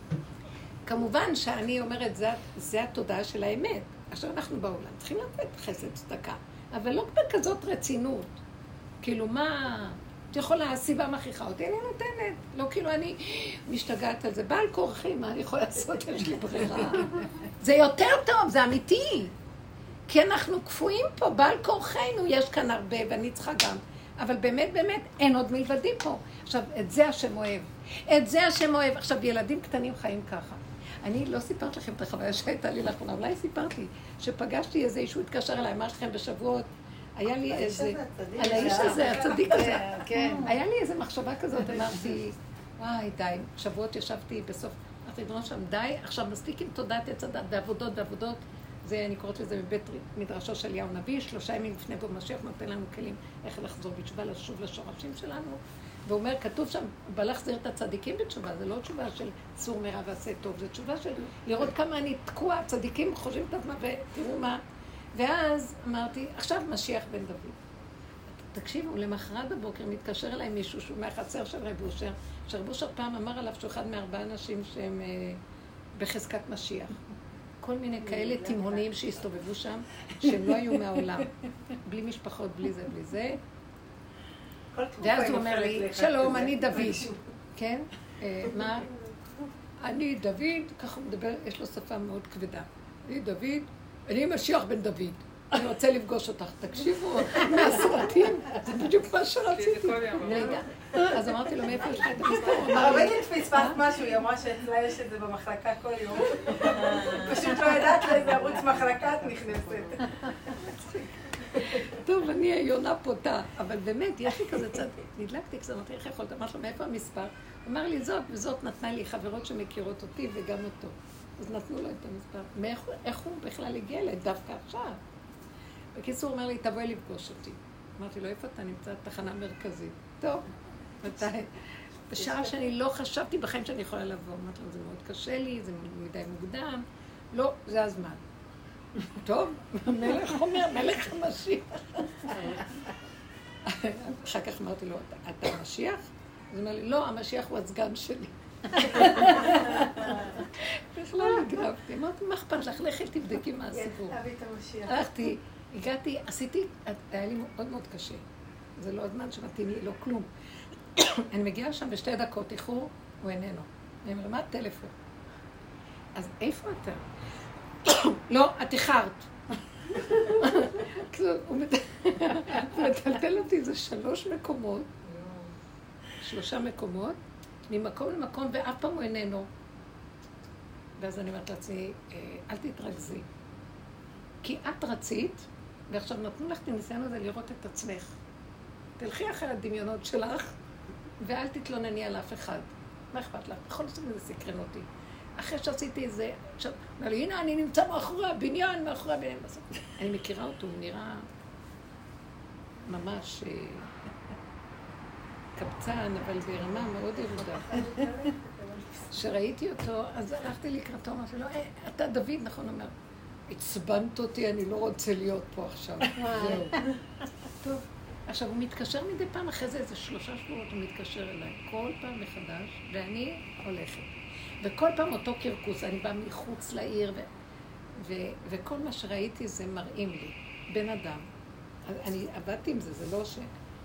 [SPEAKER 3] כמובן שאני אומרת, זה, זה התודעה של האמת. עכשיו אנחנו בעולם, צריכים לתת חסד צדקה, אבל לא בכזאת רצינות. כאילו, מה... את יכולה, הסיבה מכריחה אותי, אני נותנת. לא כאילו אני משתגעת על זה. בעל כורחי, מה אני יכולה לעשות? יש לי ברירה. זה יותר טוב, זה אמיתי. כי אנחנו כפויים פה, בעל כורחנו, יש כאן הרבה, ואני צריכה גם. אבל באמת, באמת, אין עוד מלבדים פה. עכשיו, את זה השם אוהב. את זה השם אוהב. עכשיו, ילדים קטנים חיים ככה. אני לא סיפרת לכם את החוויה שהייתה לי לאחרונה, אולי סיפרתי שפגשתי איזה אישו התקשר אליי, מה שלכם בשבועות, היה לי איזה... על האיש הזה, הצדיק הזה. היה לי איזה מחשבה כזאת, אמרתי, וואי, די, שבועות ישבתי בסוף, אמרתי, דרון שם, די, עכשיו מספיק עם תודעת עץ הדת, בעבודות, בעבודות, זה, אני קוראת לזה מבית מדרשו של אליהו נביא, שלושה ימים לפני בו משיח נותן לנו כלים איך לחזור בתשובה, לשוב לשורשים שלנו, והוא אומר, כתוב שם, בא להחזיר את הצדיקים בתשובה, זה לא תשובה של צור מרע ועשה טוב, זה תשובה של לראות כמה אני תקוע, הצדיקים חושבים את עצמם ותראו מה. ואז אמרתי, עכשיו משיח בן דוד. תקשיבו, למחרת בבוקר מתקשר אליי מישהו שהוא מהחצר של רב אושר, שרב אושר פעם אמר עליו שהוא אחד מארבעה אנשים שהם אה, בחזקת משיח. כל מיני כאלה תימהוניים שהסתובבו שם, שהם לא היו מהעולם. בלי משפחות, בלי זה, בלי זה. ואז הוא אומר לי, שלום, אני דוד. כן? אה, מה? אני דוד, ככה הוא מדבר, יש לו שפה מאוד כבדה. אני דוד, אני משיח בן דוד. אני רוצה לפגוש אותך, תקשיבו, מהסרטים, זה בדיוק מה שרציתי. אז אמרתי לו, מאיפה יש לך את המספר?
[SPEAKER 2] הרבנית פספסת משהו, היא אמרה שאצלה יש את זה במחלקה כל יום. פשוט לא יודעת לאיזה ערוץ מחלקה את נכנסת.
[SPEAKER 3] טוב, אני היונה פותה, אבל באמת, יש לי כזה צד, נדלקתי קצת, אמרתי, איך יכולת? אמרתי לו, מאיפה המספר? הוא אמר לי, זאת וזאת נתנה לי חברות שמכירות אותי וגם אותו. אז נתנו לו את המספר. איך הוא בכלל הגיע אליי דווקא עכשיו? בקיצור, הוא אומר לי, תבואי לפגוש אותי. אמרתי לו, איפה אתה נמצא? תחנה מרכזית. טוב, מתי? בשעה שאני לא חשבתי בחיים שאני יכולה לבוא. אמרתי לו, זה מאוד קשה לי, זה מדי מוקדם. לא, זה הזמן. טוב, המלך אומר, מלך המשיח. אחר כך אמרתי לו, אתה המשיח? אז הוא אומר לי, לא, המשיח הוא הסגן שלי. בכלל הגרבתי, אמרתי, מה אכפת לך? לכי תבדקי מה הסיפור. הלכתי, הגעתי, עשיתי, היה לי מאוד מאוד קשה. זה לא הזמן שמתאים לי, לא כלום. אני מגיעה שם בשתי דקות, איחור, הוא איננו. אני אומר, מה הטלפון? אז איפה אתה? לא, את איחרת. הוא מטלטל אותי, זה שלוש מקומות, שלושה מקומות, ממקום למקום, ואף פעם הוא איננו. ואז אני אומרת לעצמי, אל תתרכזי. כי את רצית, ועכשיו נתנו לך את הניסיון הזה לראות את עצמך. תלכי אחרי הדמיונות שלך, ואל תתלונני על אף אחד. מה אכפת לך? בכל זאת זה סקרן אותי. אחרי שעשיתי את זה, עכשיו, אמר לי, הנה, אני נמצא מאחורי הבניין, מאחורי הבניין. אני מכירה אותו, הוא נראה ממש קבצן, אבל ברמה מאוד ירודה. כשראיתי אותו, אז הלכתי לקראתו, אמרתי לו, אתה דוד, נכון, אומר, עצבנת אותי, אני לא רוצה להיות פה עכשיו. זהו. טוב. עכשיו, הוא מתקשר מדי פעם, אחרי זה איזה שלושה שבועות, הוא מתקשר אליי, כל פעם מחדש, ואני הולכת. וכל פעם אותו קרקוס, אני באה מחוץ לעיר, ו- ו- וכל מה שראיתי זה מראים לי, בן אדם. אני עבדתי עם זה, זה לא ש...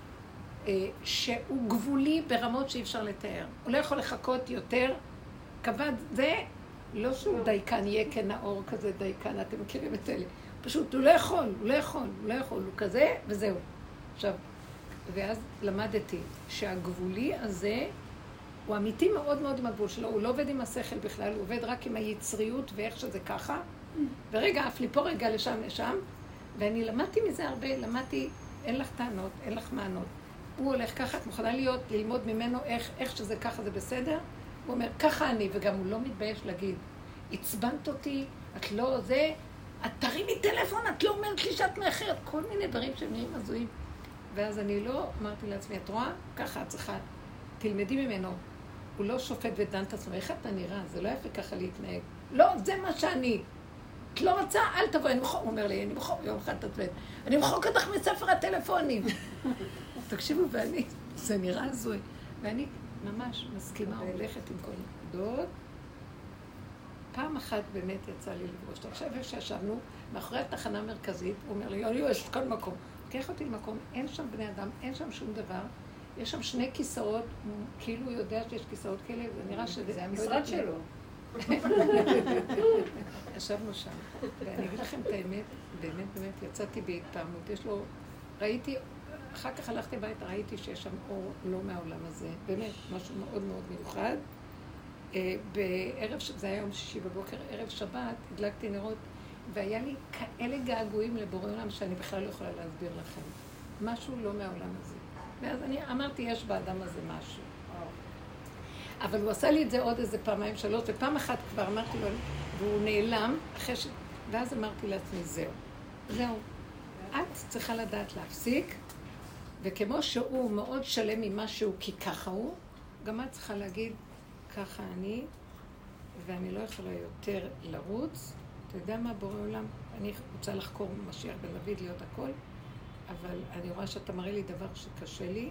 [SPEAKER 3] שהוא גבולי ברמות שאי אפשר לתאר. הוא לא יכול לחכות יותר, כבד, זה לא שהוא דייקן, יהיה כנאור כזה דייקן, אתם מכירים את אלה. פשוט, הוא לא יכול, הוא לא יכול, הוא לא יכול, הוא כזה, וזהו. עכשיו, ואז למדתי שהגבולי הזה הוא אמיתי מאוד מאוד עם הגבול שלו, הוא לא עובד עם השכל בכלל, הוא עובד רק עם היצריות ואיך שזה ככה, ורגע, אף לי פה רגע לשם לשם, ואני למדתי מזה הרבה, למדתי, אין לך טענות, אין לך מענות. הוא הולך ככה, את מוכנה להיות, ללמוד ממנו איך, איך שזה ככה זה בסדר, הוא אומר, ככה אני, וגם הוא לא מתבייש להגיד, עצבנת אותי, את לא זה, את תרימי טלפון, את לא אומרת לי שאת מאחרת, כל מיני דברים שנראים הזויים. ואז אני לא אמרתי לעצמי, את רואה? ככה את צריכה, תלמדי ממנו. הוא לא שופט ודן את עצמו, איך אתה נראה? זה לא יפה ככה להתנהג. לא, זה מה שאני. את לא רוצה, אל תבוא, אני מחוק, הוא אומר לי, אני מחוק, יום אחד תתבד. אני מחוק אותך מספר הטלפונים. תקשיבו, ואני, זה נראה הזוי. ואני ממש מסכימה, הולכת עם כל נקודות. פעם אחת באמת יצא לי לפגוש אותו. עכשיו שישבנו מאחורי התחנה המרכזית, הוא אומר לי, יו, יש כל מקום. קח אותי למקום, אין שם בני אדם, אין שם שום דבר. יש שם שני כיסאות, כאילו הוא יודע שיש כיסאות כאלה, זה נראה שזה...
[SPEAKER 4] זה המשרד שלו.
[SPEAKER 3] ישבנו שם, ואני אגיד לכם את האמת, באמת, באמת, יצאתי בהתפעמות. יש לו, ראיתי, אחר כך הלכתי הביתה, ראיתי שיש שם אור לא מהעולם הזה, באמת, משהו מאוד מאוד מיוחד. בערב, זה היה יום שישי בבוקר, ערב שבת, הדלקתי נרות, והיה לי כאלה געגועים לבורא עולם שאני בכלל לא יכולה להסביר לכם. משהו לא מהעולם הזה. ואז אני אמרתי, יש באדם הזה משהו. אבל הוא עשה לי את זה עוד איזה פעמיים שלוש, ופעם אחת כבר אמרתי לו, והוא נעלם, אחרי ש... ואז אמרתי לעצמי, זהו. זהו. את צריכה לדעת להפסיק, וכמו שהוא מאוד שלם ממה שהוא, כי ככה הוא, גם את צריכה להגיד, ככה אני, ואני לא יכולה יותר לרוץ. אתה יודע מה, בורא עולם? אני רוצה לחקור משיח בן דוד, להיות הכל, אבל אני רואה שאתה מראה לי דבר שקשה לי,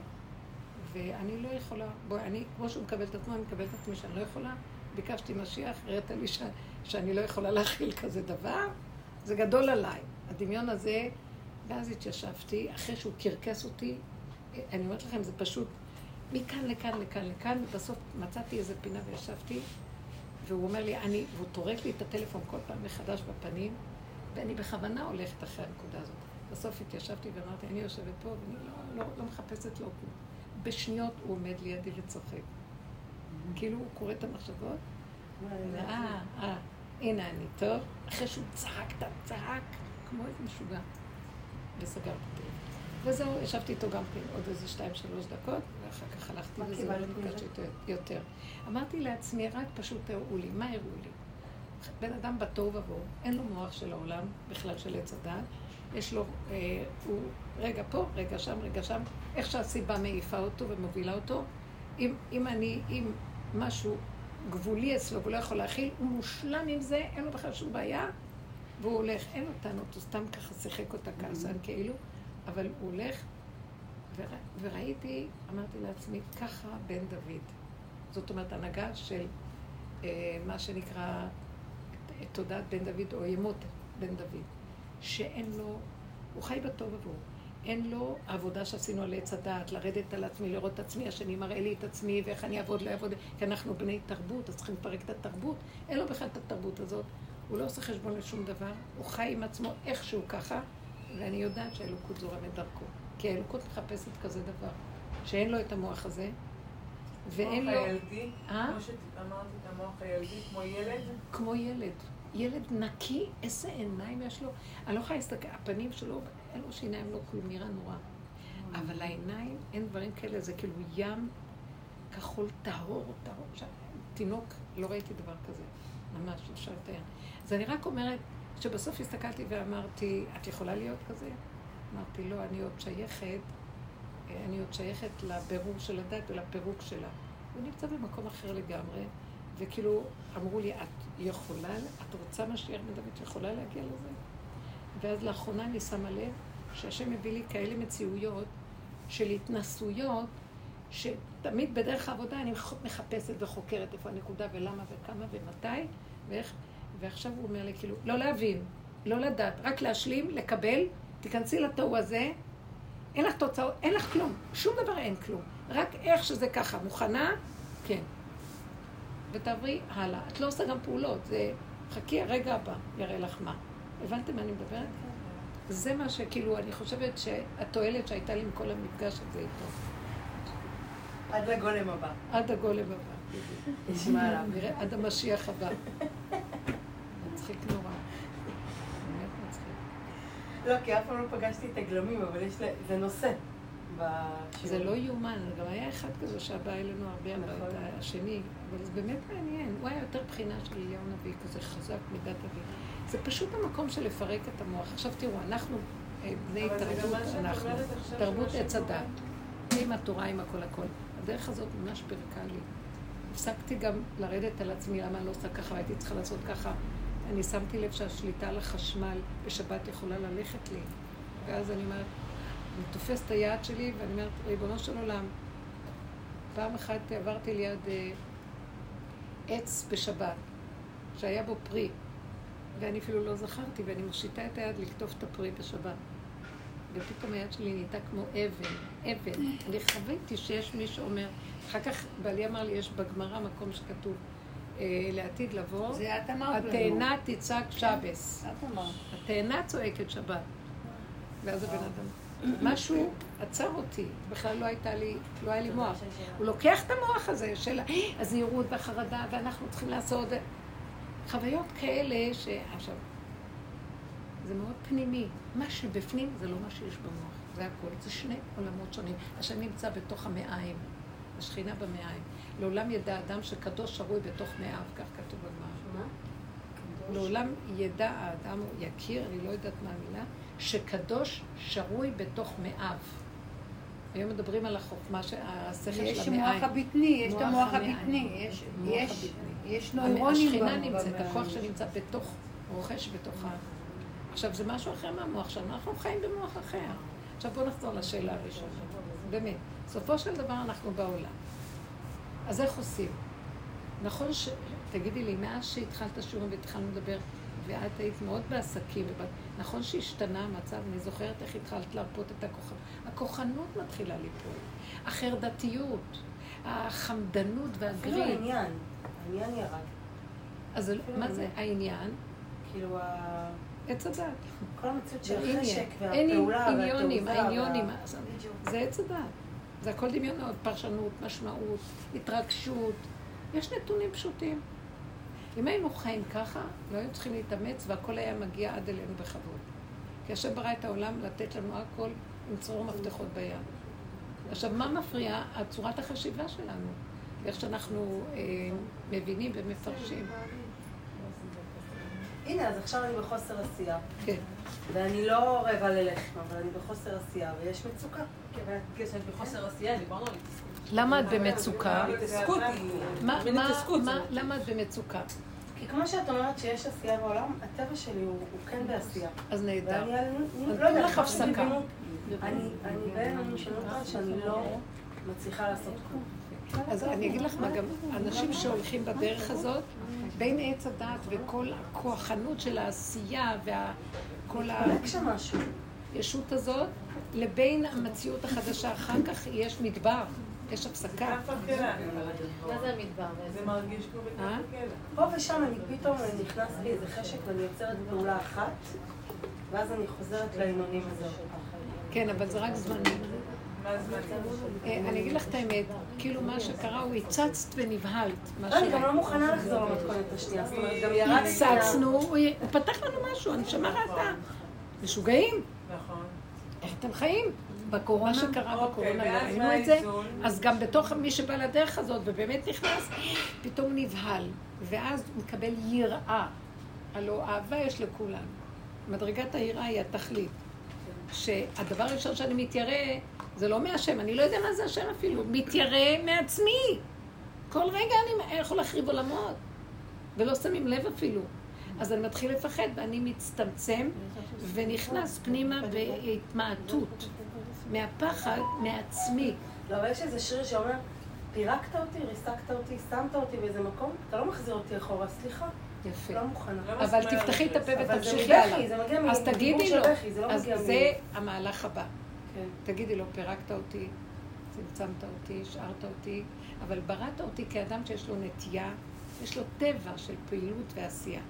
[SPEAKER 3] ואני לא יכולה, בואי, אני, כמו שהוא מקבל את עצמו, אני מקבל את עצמי שאני לא יכולה. ביקשתי משיח, ראית לי ש... שאני לא יכולה להכיל כזה דבר. זה גדול עליי. הדמיון הזה, ואז התיישבתי, אחרי שהוא קרקס אותי, אני אומרת לכם, זה פשוט מכאן לכאן, לכאן, לכאן, בסוף מצאתי איזה פינה וישבתי, והוא אומר לי, אני, והוא טורק לי את הטלפון כל פעם מחדש בפנים, ואני בכוונה הולכת אחרי הנקודה הזאת. בסוף התיישבתי ואמרתי, אני יושבת פה, ואני לא, לא, לא מחפשת לו כלום. בשניות הוא עומד לידי וצוחק. כאילו הוא קורא את המחשבות, אה, אה, הנה אני טוב. אחרי שהוא צעק, צעק, כמו איזה משוגע. וסגרתי אותו. וזהו, ישבתי איתו גם כן עוד איזה שתיים, שלוש דקות, ואחר כך הלכתי וזה לא נפגשתי יותר. אמרתי לעצמי, רק פשוט תראו לי, מה הראו לי? בן אדם בתוהו ובוהו, אין לו מוח של העולם, בכלל של עץ הדעת. יש לו, אה, הוא רגע פה, רגע שם, רגע שם, איך שהסיבה מעיפה אותו ומובילה אותו. אם, אם אני, אם משהו גבולי אצלו והוא לא יכול להכיל, הוא מושלם עם זה, אין לו בכלל שום בעיה, והוא הולך, אין לו טענות, הוא סתם ככה שיחק אותה כעסן כאילו, אבל הוא הולך, ורא, וראיתי, אמרתי לעצמי, ככה בן דוד. זאת אומרת, הנהגה של אה, מה שנקרא תודעת בן דוד, או ימות בן דוד. שאין לו, הוא חי בטוב עבור, אין לו העבודה שעשינו על עץ הדעת, לרדת על עצמי, לראות את עצמי, השני מראה לי את עצמי, ואיך אני אעבוד, לא אעבוד, כי אנחנו בני תרבות, אז צריכים לפרק את התרבות, אין לו בכלל את התרבות הזאת, הוא לא עושה חשבון לשום דבר, הוא חי עם עצמו איכשהו ככה, ואני יודעת שהאלוקות זורמת דרכו, כי האלוקות מחפשת כזה דבר, שאין לו את המוח הזה, ואין לו...
[SPEAKER 6] המוח הילדי, כמו שאמרת את המוח הילדי, כמו ילד?
[SPEAKER 3] כמו ילד. ילד נקי, איזה עיניים יש לו. אני לא יכולה להסתכל, הפנים שלו, אין לו שיניים, לא כלום, נראה נורא. אבל העיניים, אין דברים כאלה, זה כאילו ים כחול טהור, טהור. תינוק, לא ראיתי דבר כזה, ממש, אפשר לתאר. אז אני רק אומרת, שבסוף הסתכלתי ואמרתי, את יכולה להיות כזה? אמרתי, לא, אני עוד שייכת, אני עוד שייכת לבירור של הדת ולפירוק שלה. הוא נמצא במקום אחר לגמרי, וכאילו אמרו לי, את יכולה, את רוצה משיח בן דוד, את יכולה להגיע לזה? ואז לאחרונה אני שמה לב שהשם מביא לי כאלה מציאויות של התנסויות, שתמיד בדרך העבודה אני מחפשת וחוקרת איפה הנקודה ולמה וכמה ומתי, ואיך, ועכשיו הוא אומר לי כאילו, לא להבין, לא לדעת, רק להשלים, לקבל, תיכנסי לתוהו הזה, אין לך תוצאות, אין לך כלום, שום דבר אין כלום, רק איך שזה ככה, מוכנה? כן. ותעברי הלאה. את לא עושה גם פעולות, זה חכי הרגע הבא, יראה לך מה. הבנתם מה אני מדברת? זה מה שכאילו, אני חושבת שהתועלת שהייתה לי מכל המפגש הזה איתו.
[SPEAKER 2] עד לגולם הבא.
[SPEAKER 3] עד הגולם הבא.
[SPEAKER 2] נשמע עליו.
[SPEAKER 3] נראה, עד המשיח הבא. מצחיק נורא. באמת מצחיק.
[SPEAKER 2] לא, כי אף פעם לא פגשתי את הגלמים, אבל יש לה, זה נושא.
[SPEAKER 3] זה לא יומן, גם היה אחד כזה שבא אלינו הרבה הבית השני, אבל זה באמת מעניין. הוא היה יותר בחינה של אליהו נביא, כזה חזק מידת אבי. זה פשוט המקום של לפרק את המוח. עכשיו תראו, אנחנו בני תרבות, אנחנו תרבות עץ הדת. עם התורה, עם הכל הכל. הדרך הזאת ממש פרקה לי. הפסקתי גם לרדת על עצמי, למה אני לא עושה ככה, הייתי צריכה לעשות ככה. אני שמתי לב שהשליטה על החשמל בשבת יכולה ללכת לי. ואז אני אומרת, אני תופס את היד שלי ואני אומרת, ריבונו של עולם, פעם אחת עברתי ליד אה, עץ בשבת, שהיה בו פרי, ואני אפילו לא זכרתי, ואני מושיטה את היד לכתוב את הפרי בשבת. ופתאום היד שלי נהייתה כמו אבן, אבן. אני חוויתי שיש מי שאומר, אחר כך בעלי אמר לי, יש בגמרא מקום שכתוב, אה, לעתיד לבוא,
[SPEAKER 4] זה את אמרת לנו.
[SPEAKER 3] התאנה תצעק שבס.
[SPEAKER 4] את אמרת.
[SPEAKER 3] התאנה צועקת שבת. ואז הבן אדם. משהו עצר אותי, בכלל לא הייתה לי, לא היה לי מוח. הוא לוקח את המוח הזה של הזהירות והחרדה, ואנחנו צריכים לעשות חוויות כאלה ש... עכשיו, זה מאוד פנימי. מה שבפנים זה לא מה שיש במוח, זה הכל. זה שני עולמות שונים. השם נמצא בתוך המעיים, השכינה במעיים. לעולם ידע אדם שקדוש שרוי בתוך מאיו, כך כתוב בגמרא. לעולם ידע האדם, הוא יכיר, אני לא יודעת מה המילה, שקדוש שרוי בתוך מאיו. היום מדברים על החוכמה, השכל של המעיים.
[SPEAKER 4] יש מוח הבטני, יש את המוח הבטני, יש נוירונים.
[SPEAKER 3] השכינה נמצאת, הכוח שנמצא בתוך, רוכש בתוכה. עכשיו זה משהו אחר מהמוח שלנו, אנחנו חיים במוח אחר. עכשיו בואו נחזור לשאלה הראשונה. באמת, סופו של דבר אנחנו בעולם. אז איך עושים? נכון ש... תגידי לי, מאז שהתחלת שיעורים והתחלנו לדבר, ואת היית מאוד בעסקים, נכון שהשתנה המצב, אני זוכרת איך התחלת להרפות את הכוחנות. הכוחנות מתחילה ליפול, החרדתיות, החמדנות והגריד.
[SPEAKER 2] אפילו העניין, העניין ירד.
[SPEAKER 3] אז מה זה העניין?
[SPEAKER 2] כאילו ה...
[SPEAKER 3] עץ הדת.
[SPEAKER 2] כל המציאות של החשק והפעולה
[SPEAKER 3] והתעוזה.
[SPEAKER 2] עניונים,
[SPEAKER 3] עניונים. זה עץ הדת. זה הכל דמיונות, פרשנות, משמעות, התרגשות. יש נתונים פשוטים. אם היינו חיים ככה, לא היו צריכים להתאמץ והכל היה מגיע עד אלינו בכבוד. כי השם ברא את העולם לתת לנו הכל עם צרור מפתחות ביד. עכשיו, מה מפריע? צורת החשיבה שלנו. איך שאנחנו אה, מבינים ומפרשים.
[SPEAKER 2] הנה, אז עכשיו אני בחוסר עשייה.
[SPEAKER 3] כן.
[SPEAKER 2] ואני לא רבע ללחם, אבל אני בחוסר עשייה, ויש מצוקה.
[SPEAKER 6] כן, אבל בגלל שאת בחוסר עשייה, דיברנו על התעסקות.
[SPEAKER 3] למה את במצוקה?
[SPEAKER 6] התעסקות היא...
[SPEAKER 3] מה, מה, למה את במצוקה?
[SPEAKER 2] כי כמו שאת אומרת שיש עשייה בעולם, הטבע שלי הוא כן בעשייה.
[SPEAKER 3] אז נהדר.
[SPEAKER 2] ואני לא יודעת, הפסקה. אני בין הממשלות שאני לא מצליחה לעשות כלום.
[SPEAKER 3] אז אני אגיד לך מה, גם אנשים שהולכים בדרך הזאת, בין עץ הדת וכל הכוחנות של העשייה וכל הישות הזאת, לבין המציאות החדשה, אחר כך יש מדבר, יש הפסקה.
[SPEAKER 1] מה זה המדבר?
[SPEAKER 6] זה מרגיש כמו בתוך הכלא.
[SPEAKER 2] פה ושם אני פתאום נכנס לי איזה חשק ואני יוצרת פעולה אחת, ואז אני חוזרת לעינונים הזה.
[SPEAKER 3] כן, אבל זה רק זמני. אני אגיד לך את האמת, כאילו מה שקרה הוא הצצת ונבהלת.
[SPEAKER 2] אני גם לא מוכנה לחזור למתכונת השנייה, זאת אומרת, גם ירדתי...
[SPEAKER 3] הצצנו, הוא פתח לנו משהו, אני שמע ראתה. משוגעים.
[SPEAKER 6] נכון.
[SPEAKER 3] איך אתם חיים? בקורונה, מה שקרה בקורונה, לא ראינו את זה, אז גם בתוך מי שבא לדרך הזאת ובאמת נכנס, פתאום נבהל, ואז הוא מקבל יראה. הלוא אהבה יש לכולם. מדרגת היראה היא התכלית. שהדבר הראשון שאני מתיירא, זה לא מהשם, אני לא יודע מה זה השם אפילו, מתיירא מעצמי. כל רגע אני יכול להחריב עולמות, ולא שמים לב אפילו. אז אני מתחיל לפחד, ואני מצטמצם, ונכנס פנימה בהתמעטות, מהפחד, מעצמי.
[SPEAKER 2] לא, אבל יש איזה שיר שאומר, פירקת אותי, ריסקת אותי, שמת אותי באיזה מקום, אתה לא מחזיר אותי אחורה, סליחה.
[SPEAKER 3] יפה.
[SPEAKER 2] לא מוכנה.
[SPEAKER 3] אבל תפתחי את הפה ותמשיכי
[SPEAKER 2] הלאה.
[SPEAKER 3] הלאה.
[SPEAKER 2] זה מגיע
[SPEAKER 3] אז תגידי לו, אז
[SPEAKER 2] זה
[SPEAKER 3] זה המהלך הבא.
[SPEAKER 2] כן.
[SPEAKER 3] תגידי לו, פירקת אותי, צמצמת אותי, השארת אותי, אבל בראת אותי כאדם שיש לו נטייה, יש לו טבע של פעילות ועשייה.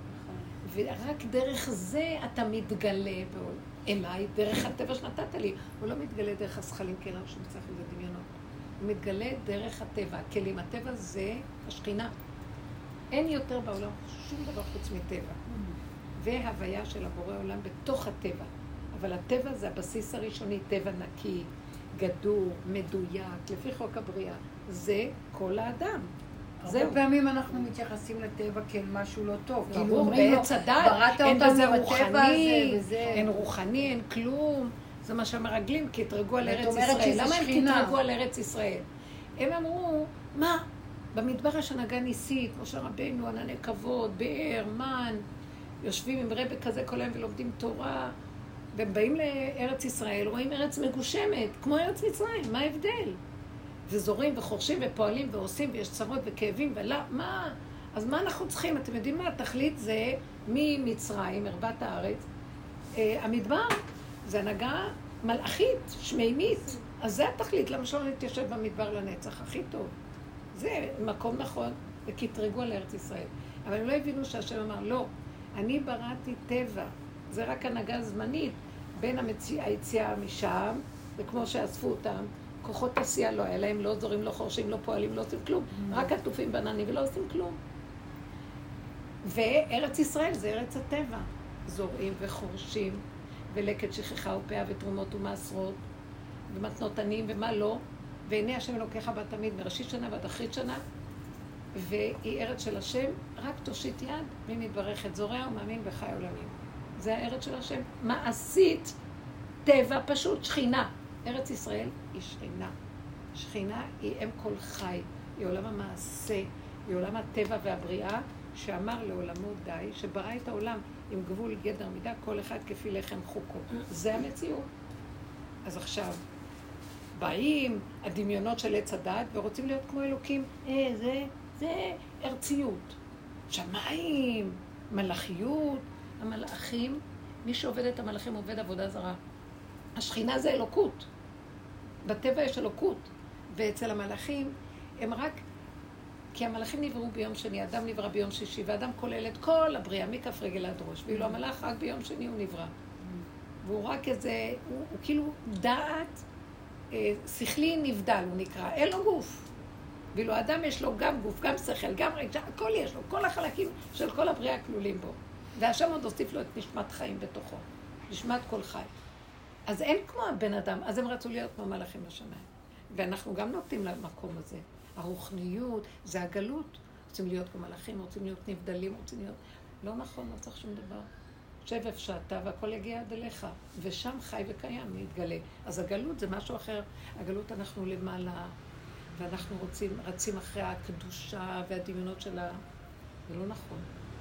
[SPEAKER 3] ורק דרך זה אתה מתגלה אליי, דרך הטבע שנתת לי. הוא לא מתגלה דרך השכלים, כי אין לנו שום צחק ודמיונות. הוא מתגלה דרך הטבע. כלים הטבע זה השכינה. אין יותר בעולם שום דבר חוץ מטבע. וההוויה של הבורא עולם בתוך הטבע. אבל הטבע זה הבסיס הראשוני, טבע נקי, גדור, מדויק, לפי חוק הבריאה. זה כל האדם.
[SPEAKER 4] הרבה פעמים אנחנו מתייחסים לטבע כאל משהו לא טוב.
[SPEAKER 3] כאילו בעץ הדת, אין בזה רוחני, אין רוחני, אין כלום. זה מה שמרגלים, כי התרגו על ארץ ישראל. למה הם התרגו על ארץ ישראל? הם אמרו, מה? במדבר יש הנהגה ניסית, משה רבנו, ענני כבוד, באר, מן, יושבים עם רבי כזה כל היום ולומדים תורה, והם באים לארץ ישראל, רואים ארץ מגושמת, כמו ארץ מצרים, מה ההבדל? וזורים וחורשים ופועלים ועושים ויש צרות וכאבים ולא, מה? אז מה אנחנו צריכים? אתם יודעים מה? התכלית זה ממצרים, מרבת הארץ. אה, המדבר זה הנהגה מלאכית, שמימית. אז זה התכלית, למה שלא נתיישב במדבר לנצח? הכי טוב. זה מקום נכון, וכתרגו על ארץ ישראל. אבל הם לא הבינו שהשם אמר, לא, אני בראתי טבע. זה רק הנהגה זמנית בין המציא, היציאה משם, וכמו שאספו אותם, כוחות עשייה לא היה להם, לא זורים, לא חורשים, לא פועלים, לא עושים כלום, רק עטופים בנני ולא עושים כלום. וארץ ישראל זה ארץ הטבע. זורעים וחורשים, ולקט שכחה ופאה ותרומות ומעשרות, ומתנות עניים ומה לא, והנה השם אלוקיך בה תמיד מראשית שנה ועד אחרית שנה, והיא ארץ של השם, רק תושיט יד, מי מתברך את זורע ומאמין בחי עולמים. זה הארץ של השם. מעשית, טבע, פשוט שכינה. ארץ ישראל היא שכינה. שכינה היא אם כל חי, היא עולם המעשה, היא עולם הטבע והבריאה, שאמר לעולמו די, שברא את העולם עם גבול גדר מידה, כל אחד כפי לחם חוקו. זה המציאות. אז עכשיו, באים הדמיונות של עץ הדת ורוצים להיות כמו אלוקים. אה, זה, זה ארציות. שמיים, מלאכיות. המלאכים, מי שעובד את המלאכים עובד עבודה זרה. השכינה זה אלוקות. בטבע יש אלוקות. ואצל המלאכים הם רק... כי המלאכים נבראו ביום שני, אדם נברא ביום שישי, ואדם כולל את כל הבריאה, מכף רגל עד ראש. ואילו המלאך רק ביום שני הוא נברא. והוא רק איזה... הוא, הוא כאילו דעת... שכלי נבדל הוא נקרא, אין לו גוף. ואילו האדם יש לו גם גוף, גם שכל, גם רגע, הכל יש לו, כל החלקים של כל הבריאה כלולים בו. והשם עוד הוסיף לו את נשמת חיים בתוכו, נשמת כל חי. אז אין כמו הבן אדם, אז הם רצו להיות כמו מלאכים בשמיים. ואנחנו גם נותנים למקום הזה. הרוחניות, זה הגלות. רוצים להיות כמו מלאכים, רוצים להיות נבדלים, רוצים להיות... לא נכון, לא צריך שום דבר. שב אפשעתה והכל יגיע עד אליך, ושם חי וקיים, להתגלה. אז הגלות זה משהו אחר. הגלות אנחנו למעלה, ואנחנו רוצים, רצים אחרי הקדושה והדמיונות שלה. זה לא נכון.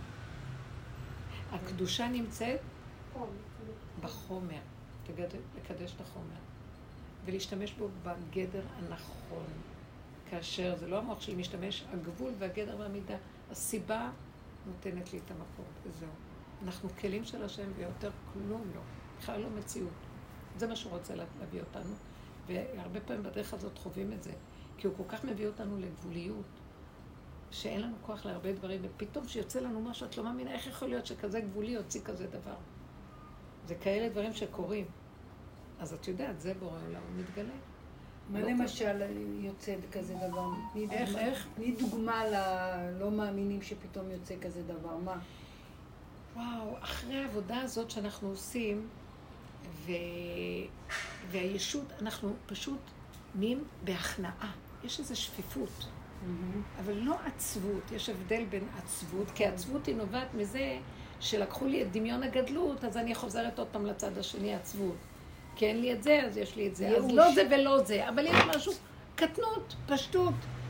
[SPEAKER 3] הקדושה נמצאת בחומר, לקדש את החומר, ולהשתמש בו בגדר הנכון. כאשר זה לא המוח שלי משתמש, הגבול והגדר והמידה, הסיבה נותנת לי את המקום, וזהו. אנחנו כלים של השם ויותר כלום לא, בכלל לא מציאות. זה מה שהוא רוצה להביא אותנו, והרבה פעמים בדרך הזאת חווים את זה, כי הוא כל כך מביא אותנו לגבוליות, שאין לנו כוח להרבה דברים, ופתאום שיוצא לנו משהו, את לא מאמינה, איך יכול להיות שכזה גבולי יוציא כזה דבר? זה כאלה דברים שקורים. אז את יודעת, זה בורא עולם, הוא מתגלה.
[SPEAKER 4] מה למשל יוצא כזה דבר?
[SPEAKER 3] איך, איך?
[SPEAKER 4] תני דוגמה ללא מאמינים שפתאום יוצא כזה דבר, מה?
[SPEAKER 3] וואו, אחרי העבודה הזאת שאנחנו עושים, ו... והישות, אנחנו פשוט נהיים בהכנעה. יש איזו שפיפות, mm-hmm. אבל לא עצבות. יש הבדל בין עצבות, כי עצבות היא נובעת מזה שלקחו לי את דמיון הגדלות, אז אני חוזרת עוד פעם לצד השני, עצבות. כי אין לי את זה, אז יש לי את זה. אז לא זה ולא זה, אבל יש משהו, קטנות, פשטות.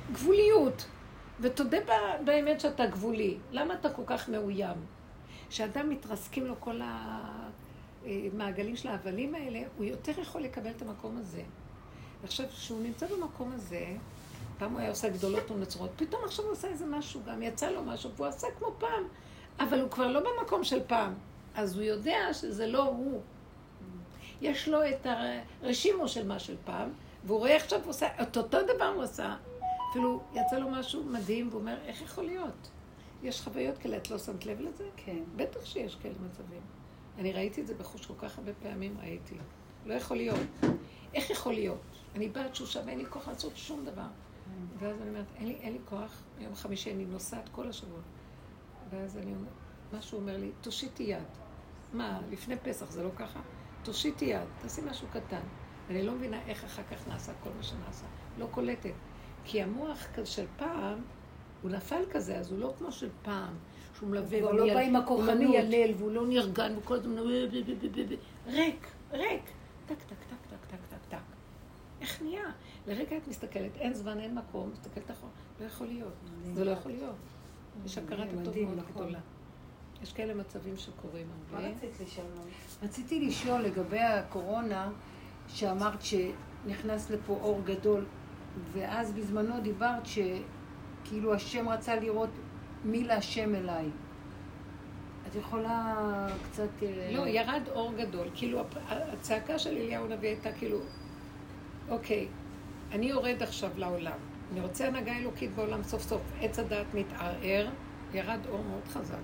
[SPEAKER 3] גבוליות. ותודה באמת שאתה גבולי. למה אתה כל כך מאוים? כשאדם מתרסקים לו כל המעגלים של ההבלים האלה, הוא יותר יכול לקבל את המקום הזה. עכשיו, כשהוא נמצא במקום הזה, פעם הוא היה עושה גדולות ונצורות, פתאום עכשיו הוא עושה איזה משהו, גם יצא לו משהו, והוא עשה כמו פעם, אבל הוא כבר לא במקום של פעם. אז הוא יודע שזה לא הוא. יש לו את הרשימו של מה של פעם, והוא רואה עכשיו, הוא עושה, את אותו דבר הוא עשה, אפילו יצא לו משהו מדהים, והוא אומר, איך יכול להיות? יש חוויות כאלה, את לא שמת לב לזה?
[SPEAKER 4] כן.
[SPEAKER 3] בטח שיש כאלה מצבים. אני ראיתי את זה בחוש כל כך הרבה פעמים, ראיתי. לא יכול להיות. איך יכול להיות? אני באה תשושה ואין לי כוח לעשות שום דבר. ואז אני אומרת, אין לי, אין לי כוח, יום חמישי אני נוסעת כל השבוע. ואז אני אומרת, משהו אומר לי, תושיטי יד. מה, לפני פסח זה לא ככה? תושיטי יד, תעשי משהו קטן. ואני לא מבינה איך אחר כך נעשה כל מה שנעשה. לא קולטת. כי המוח של פעם, הוא נפל כזה, אז הוא לא כמו של פעם. שהוא מלווה,
[SPEAKER 4] הוא לא בא עם הכוחנות.
[SPEAKER 3] הוא לא מיילל, והוא לא נרגן, והוא כל הזמן ריק, ריק. טק, טק, טק, טק, טק, טק, טק. איך נהיה? לרגע את מסתכלת, אין זמן, אין מקום, מסתכלת אחורה. לא יכול להיות. זה לא יכול להיות. יש הכרת הטוב מאוד גדולה. יש כאלה מצבים שקורים הרבה.
[SPEAKER 2] מה רצית לשאול?
[SPEAKER 4] רציתי לשאול לגבי הקורונה, שאמרת שנכנס לפה אור גדול, ואז בזמנו דיברת שכאילו השם רצה לראות מי להשם אליי. את יכולה קצת...
[SPEAKER 3] לא, ירד אור גדול. כאילו הצעקה של אליהו הנביא הייתה כאילו, אוקיי, אני יורד עכשיו לעולם. אני רוצה הנהגה אלוקית בעולם סוף סוף. עץ הדעת מתערער, ירד אור מאוד חזק.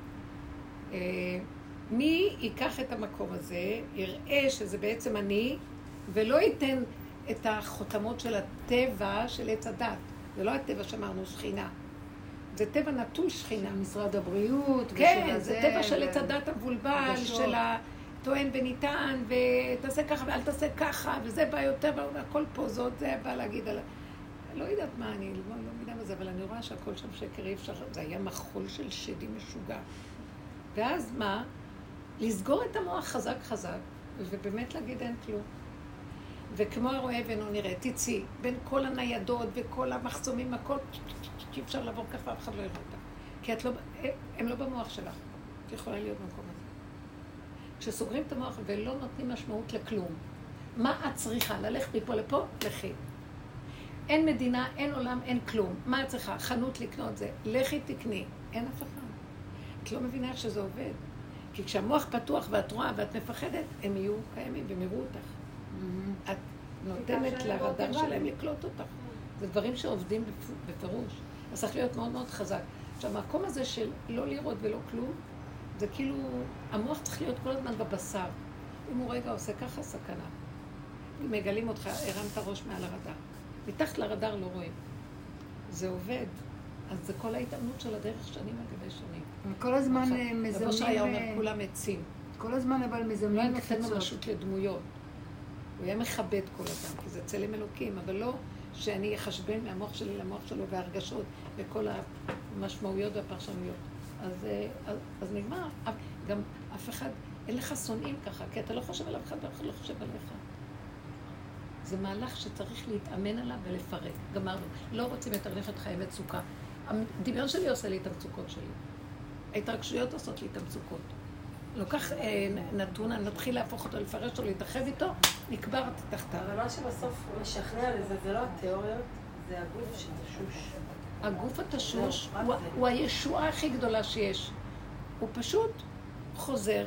[SPEAKER 3] מי ייקח את המקום הזה, יראה שזה בעצם אני, ולא ייתן את החותמות של הטבע של עץ הדת. זה לא הטבע שאמרנו שכינה. זה טבע נטול שכינה.
[SPEAKER 4] משרד הבריאות.
[SPEAKER 3] כן, זה טבע של עץ הדת המבולבל, של הטוען וניתן, ותעשה ככה ואל תעשה ככה, וזה בא יותר, והכל פה זאת, זה בא להגיד על... לא יודעת מה, אני לא מבינה בזה, אבל אני רואה שהכל שם שקר אי אפשר, זה היה מחול של שדים משוגע. ואז מה? לסגור את המוח חזק חזק, ובאמת להגיד אין כלום. וכמו הרואה ואינו נראה, תצאי, בין כל הניידות וכל המחסומים, הכל, כי אפשר לעבור כך ואף אחד לא יראה אותה. כי את לא, הם לא במוח שלך, את יכולה להיות במקום הזה. כשסוגרים את המוח ולא נותנים משמעות לכלום, מה את צריכה? ללכת מפה לפה? לכי. אין מדינה, אין עולם, אין כלום. מה את צריכה? חנות לקנות זה. לכי תקני. אין אף אחד. את לא מבינה איך שזה עובד. כי כשהמוח פתוח ואת רואה ואת מפחדת, הם יהיו קיימים והם יראו אותך. את נותנת לרדאר שלהם לקלוט אותך. זה דברים שעובדים בפירוש. אז צריך להיות מאוד מאוד חזק. עכשיו, המקום הזה של לא לראות ולא כלום, זה כאילו, המוח צריך להיות כל הזמן בבשר. אם הוא רגע עושה ככה, סכנה. אם מגלים אותך, הרמת ראש מעל הרדאר. מתחת לרדאר לא רואים. זה עובד. אז זה כל ההתאמנות של הדרך שנים על גבי שנים.
[SPEAKER 4] כל הזמן מזמנים...
[SPEAKER 3] כמו שהיה אומר, כולם עצים.
[SPEAKER 4] כל הזמן אבל מזמנים...
[SPEAKER 3] לא היה נותן ממשות לדמויות. הוא היה מכבד כל אדם, כי זה צלם אלוקים, אבל לא שאני אחשבן מהמוח שלי למוח שלו והרגשות וכל המשמעויות והפרשנויות. אז, אז, אז נגמר. גם אף אחד, אין לך שונאים ככה, כי אתה לא חושב על אף אחד ואף אחד לא חושב עליך. זה מהלך שצריך להתאמן עליו ולפרק. גמרנו. לא רוצים יותר ללכת חיי מצוקה. הדמיון שלי עושה לי את המצוקות שלי. ההתרגשויות עושות לי את המצוקות. לוקח אה, נתון, נתחיל להפוך אותו, לפרש אותו, להתאחד איתו, נקברתי תחתיו.
[SPEAKER 2] אבל מה שבסוף משכנע לזה, זה לא התיאוריות, זה הגוף שתשוש.
[SPEAKER 3] הגוף התשוש הוא, הוא הישועה הכי גדולה שיש. הוא פשוט חוזר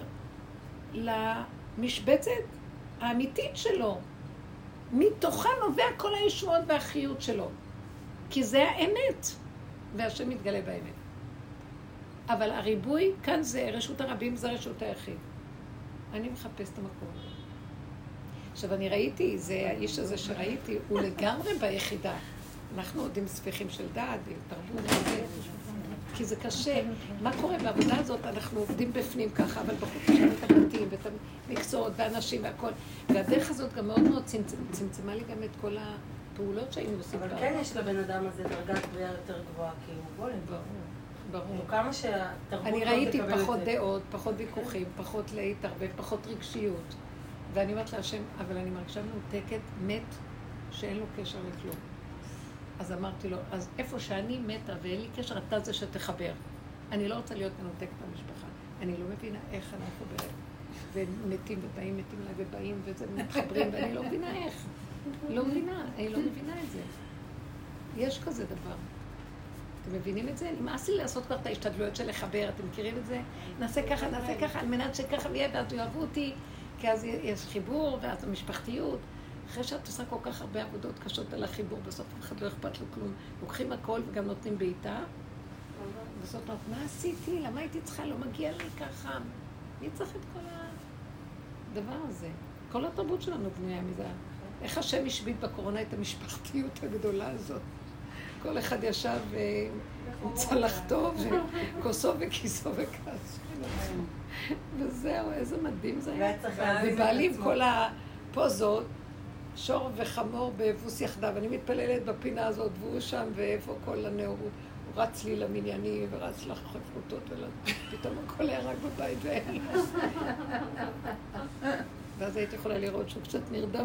[SPEAKER 3] למשבצת האמיתית שלו. מתוכה נובע כל הישועות והחיות שלו. כי זה האמת, והשם מתגלה באמת. אבל הריבוי, כאן זה רשות הרבים, זה רשות היחיד. אני מחפש את המקום. עכשיו, אני ראיתי, זה האיש הזה שראיתי, הוא לגמרי ביחידה. אנחנו עוד עם ספיחים של דעת, עם תרבות, כי זה קשה. מה קורה בעבודה הזאת? אנחנו עובדים בפנים ככה, אבל בחוץ יש לנו את הבתים ואת המקצועות והאנשים והכל. והדרך הזאת גם מאוד מאוד צמצמה לי גם את כל הפעולות שהיינו עושים.
[SPEAKER 2] אבל כן יש לבן אדם הזה דרגת בריאה יותר גבוהה, כי הוא גולם.
[SPEAKER 3] ברור. ברור.
[SPEAKER 2] כמה שהתרבות
[SPEAKER 3] אני ראיתי פחות דעות, פחות ויכוחים, פחות להתערבב, פחות רגשיות. ואני אומרת להשם, אבל אני מרגישה מנותקת, מת, שאין לו קשר לכלום. אז אמרתי לו, אז איפה שאני מתה ואין לי קשר, אתה זה שתחבר. אני לא רוצה להיות מנותקת במשפחה. אני לא מבינה איך אני חוברת. ומתים ובאים, מתים לה ובאים, וזה מתחברים, ואני לא מבינה איך. לא מבינה, אני לא מבינה את זה. יש כזה דבר. אתם מבינים את זה? נמאס לי לעשות כבר את ההשתדלויות של לחבר, אתם מכירים את זה? נעשה ככה, נעשה ככה, על מנת שככה ויהיה, ואז יאהבו אותי, כי אז יש חיבור, ואז המשפחתיות. אחרי שאת עושה כל כך הרבה עבודות קשות על החיבור, בסוף אחד לא אכפת לו כלום. לוקחים הכל וגם נותנים בעיטה. בסוף אומרת, מה עשיתי? למה הייתי צריכה? לא מגיע לי ככה. מי צריך את כל הדבר הזה? כל התרבות שלנו בנויה מזה. איך השם השביט בקורונה את המשפחתיות הגדולה הזאת? כל אחד ישב עם צלחתו וכוסו וכיסו וכעס. וזהו, איזה מדהים זה היה. ובעלים כל הפוזות, שור וחמור באבוס יחדיו. אני מתפללת בפינה הזאת, והוא שם, ואיפה כל הנאורות. הוא רץ לי למנייני ורץ לחפרותות, ופתאום הכל היה רק בבית ואין. ואז הייתי יכולה לראות שהוא קצת נרדם.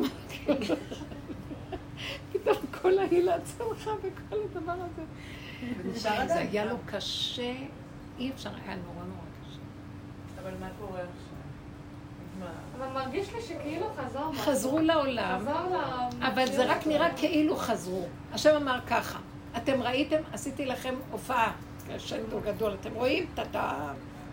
[SPEAKER 3] פתאום כל ההילה צמחה וכל הדבר הזה. זה היה לו קשה, אי אפשר, היה נורא נורא קשה.
[SPEAKER 6] אבל מה קורה עכשיו?
[SPEAKER 1] אבל מרגיש לי שכאילו חזור.
[SPEAKER 3] חזרו לעולם, אבל זה רק נראה כאילו חזרו. השם אמר ככה, אתם ראיתם, עשיתי לכם הופעה, שם גדול, אתם רואים? טאטה.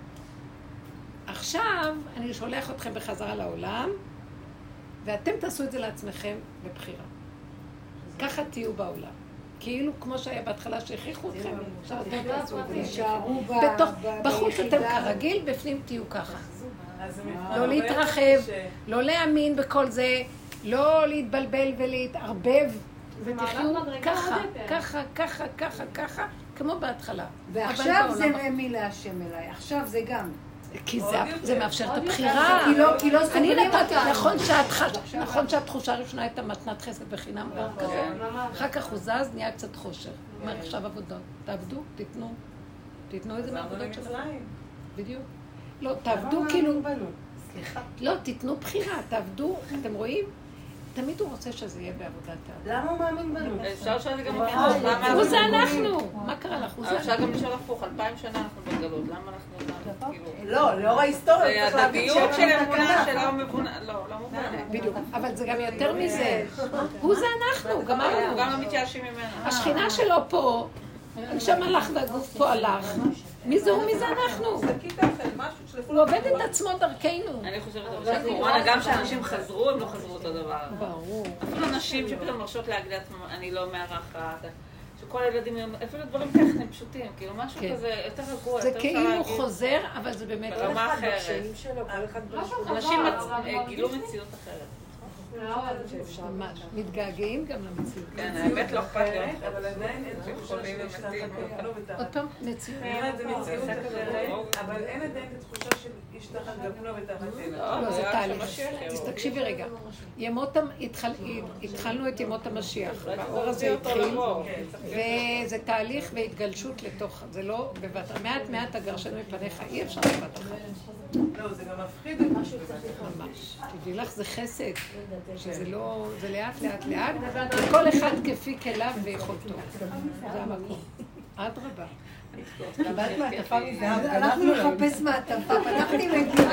[SPEAKER 3] עכשיו אני שולח אתכם בחזרה לעולם, ואתם תעשו את זה לעצמכם בבחירה. ככה תהיו בעולם. כאילו כמו שהיה בהתחלה שהכריחו אתכם, עכשיו אתם תעשו את זה.
[SPEAKER 4] תישארו
[SPEAKER 3] בחוץ אתם כרגיל, בפנים תהיו ככה. לא להתרחב, לא להאמין בכל זה, לא להתבלבל ולהתערבב, ותחיו ככה, ככה, ככה, ככה, ככה, כמו בהתחלה.
[SPEAKER 4] ועכשיו זה מי להשם אליי, עכשיו זה גם.
[SPEAKER 3] כי זה מאפשר את הבחירה.
[SPEAKER 4] כי לא סוגרים אותה.
[SPEAKER 3] נכון שהתחושה הראשונה הייתה מתנת חסד בחינם כזה, אחר כך הוא זז, נהיה קצת חושר. אומר עכשיו עבודות, תעבדו, תיתנו, תיתנו את זה מהעבודות שלכם. בדיוק. לא, תעבדו כאילו, לא, תיתנו בחירה, תעבדו, אתם רואים? תמיד הוא רוצה שזה יהיה בעבודת העבודה.
[SPEAKER 2] למה הוא מאמין בנו?
[SPEAKER 5] אפשר לשאול את זה גם הפוך.
[SPEAKER 3] הוא זה אנחנו. מה קרה לך? הוא זה אנחנו.
[SPEAKER 5] אפשר גם לשאול הפוך, אלפיים שנה אנחנו בגלות, למה אנחנו...
[SPEAKER 2] לא, לאור ההיסטוריה.
[SPEAKER 5] זה הדדיות של אמונה שלא מבונה, לא, לא מבונה.
[SPEAKER 3] בדיוק, אבל זה גם יותר מזה. הוא זה אנחנו, גמרנו.
[SPEAKER 5] גם לא מתייאשים ממנו.
[SPEAKER 3] השכינה שלו פה, שם הלך והגוף פה הלך. מי זה הוא, מי זה אנחנו? הוא עובד את עצמו דרכנו.
[SPEAKER 5] אני חושבת שהקורונה, גם כשאנשים חזרו, הם לא חזרו אותו דבר.
[SPEAKER 3] ברור.
[SPEAKER 5] אפילו נשים שפתאום מרשות להגיד לעצמם, אני לא מארחת, שכל הילדים, אפילו דברים טכניים פשוטים, כאילו משהו כזה יותר רגוע,
[SPEAKER 3] זה כאילו חוזר, אבל זה באמת
[SPEAKER 5] ברמה אחרת. אנשים גילו מציאות אחרת.
[SPEAKER 3] ממש, מתגעגעים גם למציאות.
[SPEAKER 5] כן, האמת לא אכפת לי.
[SPEAKER 6] אבל עדיין אין חולים ומתים.
[SPEAKER 3] עוד פעם, מציאות.
[SPEAKER 6] זה מציאות אחרת, אבל אין עדיין את התחושה של איש תחת גפנו ותחתנו.
[SPEAKER 3] לא, זה תהליך. תקשיבי רגע. התחלנו את ימות המשיח. האור הזה התחיל, וזה תהליך והתגלשות לתוך, זה לא בבת, מעט מעט הגרשנו מפניך, אי אפשר בבת אחת.
[SPEAKER 6] לא, זה גם מפחיד את משהו.
[SPEAKER 3] ממש. תביאי לך זה חסד, שזה לא, זה לאט לאט לאט, וכל אחד כפי כליו ויכולתו. זה המקום. עד רבה.
[SPEAKER 2] קיבלת מעטפה מזה.
[SPEAKER 4] הלכנו לחפש מעטפה, פתחתי להגיד.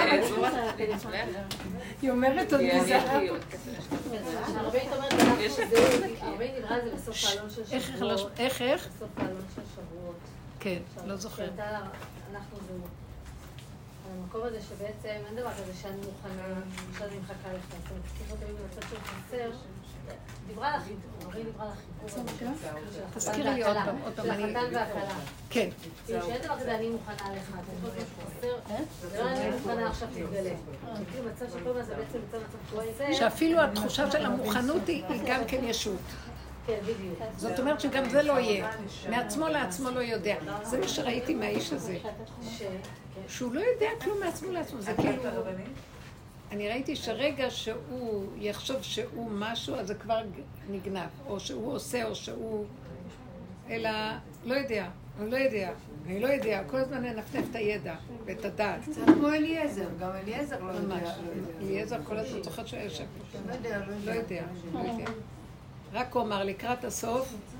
[SPEAKER 4] היא אומרת עוד מזהה.
[SPEAKER 1] הרבה אומרת, הרבה דיברה על זה בסוף העלון של שבועות.
[SPEAKER 3] איך, איך?
[SPEAKER 1] בסוף העלון של שבועות.
[SPEAKER 3] כן, לא זוכר.
[SPEAKER 1] אנחנו זה... המקום הזה שבעצם אין דבר כזה שאני מוכנה, שאני מחכה לך. זאת אומרת, תזכיר אותי במצב של חסר. דיברה על החיבור, הרבה דיברה על החיבור.
[SPEAKER 3] תזכירי לי עוד פעם, עוד פעם.
[SPEAKER 1] של החתן והכלה.
[SPEAKER 3] כן.
[SPEAKER 1] כאילו שאין דבר כזה אני מוכנה לך. חסר, זה לא אני מוכנה עכשיו להתגלה. כאילו מצב שכל מה זה בעצם מצב מצב חסר.
[SPEAKER 3] שאפילו התחושה של המוכנות היא גם כן ישות.
[SPEAKER 1] כן, בדיוק.
[SPEAKER 3] זאת אומרת שגם זה לא יהיה. מעצמו לעצמו לא יודע. זה מה שראיתי מהאיש הזה. שהוא לא יודע כלום מעצמו לעצמו. זה כאילו... אני ראיתי שרגע שהוא יחשוב שהוא משהו, אז זה כבר נגנב. או שהוא עושה, או שהוא... אלא... לא יודע. אני לא יודע. אני לא יודע. כל הזמן ננפנף את הידע ואת הדעת.
[SPEAKER 4] קצת כמו אליעזר. גם אליעזר לא יודע.
[SPEAKER 3] אליעזר כל הזמן זוכר שהוא יושב.
[SPEAKER 4] לא יודע,
[SPEAKER 3] לא יודע. לא יודע. רק הוא אמר לקראת הסוף,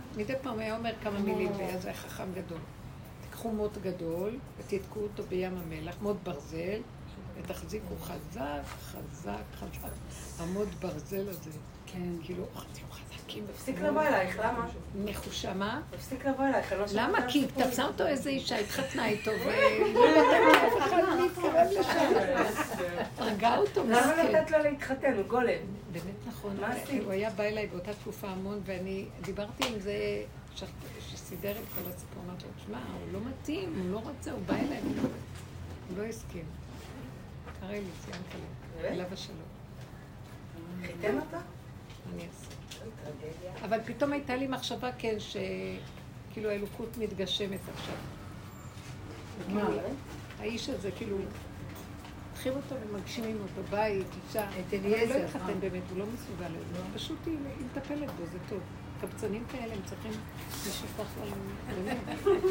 [SPEAKER 3] מדי פעם היה אומר כמה מילים, והיה זה חכם גדול. תיקחו מוט גדול ותתקעו אותו בים המלח, מוט ברזל, ותחזיקו חזק, חזק, חזק. המוט ברזל הזה. כן. כאילו, אתם חזקים.
[SPEAKER 2] תפסיק לבוא אלייך, למה?
[SPEAKER 3] נחושה, מה?
[SPEAKER 2] תפסיק לבוא אלייך, אני לא שומעת.
[SPEAKER 3] למה? כי תפסה אותו איזה אישה, התחתנה איתו, ולא נתן לו אף אחד להתקרב לשם. הרגה אותו מסכן.
[SPEAKER 2] למה נתת לו להתחתן? הוא גולם.
[SPEAKER 3] באמת נכון.
[SPEAKER 2] מה עשית?
[SPEAKER 3] הוא היה בא אליי באותה תקופה המון, ואני דיברתי עם זה, שסידר את כל הסיפור, אמרתי לו, שמע, הוא לא מתאים, הוא לא רוצה, הוא בא אליי, הוא לא הסכים. קרא לי, ציין כלל, אליו השלום.
[SPEAKER 2] חיתן אותה?
[SPEAKER 3] אני אעשה. אבל פתאום הייתה לי מחשבה, כן, שכאילו האלוקות מתגשמת עכשיו.
[SPEAKER 2] מה?
[SPEAKER 3] האיש הזה, כאילו, לוקחים אותו ומגשימים אותו, בית, אישה.
[SPEAKER 4] את
[SPEAKER 3] הוא לא
[SPEAKER 4] אליעזר.
[SPEAKER 3] יתחתן באמת, הוא לא מסוגל לזה. פשוט היא מטפלת בו, זה טוב. קבצנים כאלה, הם צריכים לשפוך עליהם.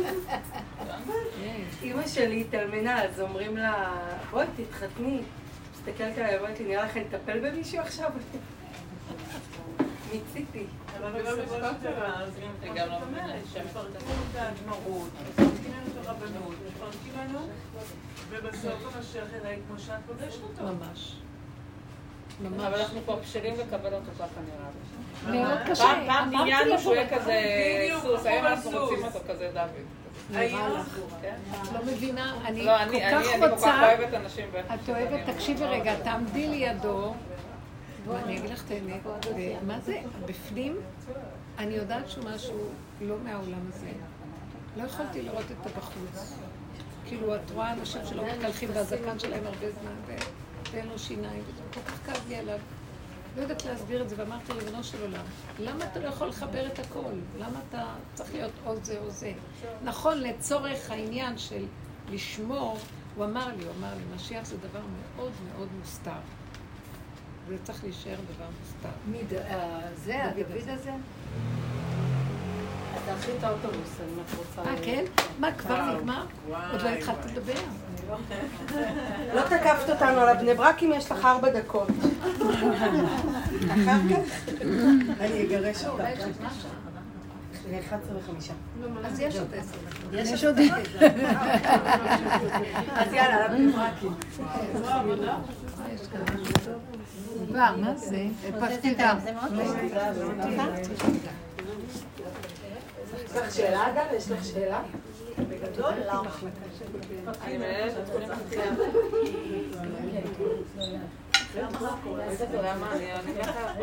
[SPEAKER 2] אמא שלי התאלמנה, אז אומרים לה, בואי תתחתני. מסתכלת עליי, אומרת לי, נראה לך נטפל במישהו עכשיו? מיציתי.
[SPEAKER 6] אבל בסופו של דבר, אז גם זאת אומרת, שמפרקים את הגמרות, מפרקים לנו את הרבנות, מפרקים לנו, ובסוף המשיח אליי כמו שאת פוגשת אותו.
[SPEAKER 3] ממש. ממש.
[SPEAKER 5] אבל אנחנו פה בשלים לקבל אותו ככה נראה.
[SPEAKER 3] מאוד קשה.
[SPEAKER 5] פעם פעם
[SPEAKER 3] אמרתי
[SPEAKER 5] דמיינו
[SPEAKER 3] לו
[SPEAKER 5] שהוא יהיה כזה
[SPEAKER 6] בדיוק,
[SPEAKER 5] סוס, היום
[SPEAKER 6] כמו
[SPEAKER 5] אנחנו
[SPEAKER 6] הסוס.
[SPEAKER 5] רוצים אותו כזה דוד.
[SPEAKER 3] נראה לך.
[SPEAKER 5] כן?
[SPEAKER 3] את לא מבינה, אני
[SPEAKER 5] לא,
[SPEAKER 3] כל
[SPEAKER 5] אני
[SPEAKER 3] כך
[SPEAKER 5] אני- אני כל כך
[SPEAKER 3] רוצה...
[SPEAKER 5] אוהבת אנשים.
[SPEAKER 3] את אוהבת, תקשיבי רגע, תעמדי לידו, ואני אגיד לך את האמת, ומה זה, בפנים, אני יודעת שהוא משהו לא מהעולם הזה. לא יכולתי לראות את הבחוץ. כאילו, את רואה אנשים שלא מתקלחים והזקן שלהם הרבה זמן, ואין לו שיניים, וזה כל כך כאב לי עליו. לא יודעת להסביר את זה, ואמרתי ריבונו של עולם, למה אתה לא יכול לחבר את הכל? למה אתה צריך להיות או זה או זה? נכון, לצורך העניין של לשמור, הוא אמר לי, הוא אמר לי, משיח זה דבר מאוד מאוד מוסתר. זה צריך להישאר דבר מוסתר.
[SPEAKER 4] מי זה, הדוד הזה?
[SPEAKER 2] אתה הכי את האוטובוס, אני רק רוצה...
[SPEAKER 3] אה, כן? מה, כבר נגמר? עוד לא התחלת לדבר.
[SPEAKER 2] לא תקפת אותנו על הבני ברק אם יש לך ארבע דקות. אחר כך אני אגרש אותך. אני אחת עשרה וחמישה.
[SPEAKER 3] אז יש עוד עשר.
[SPEAKER 4] יש עוד...
[SPEAKER 2] אז יאללה, על הבני ברקים.
[SPEAKER 4] כבר, מה זה? פסטידה.
[SPEAKER 2] יש לך שאלה, אגב? יש לך שאלה?
[SPEAKER 6] בגדול, למה?
[SPEAKER 5] אני מנהלת את תחולים חתייה. למה? אני מתה לך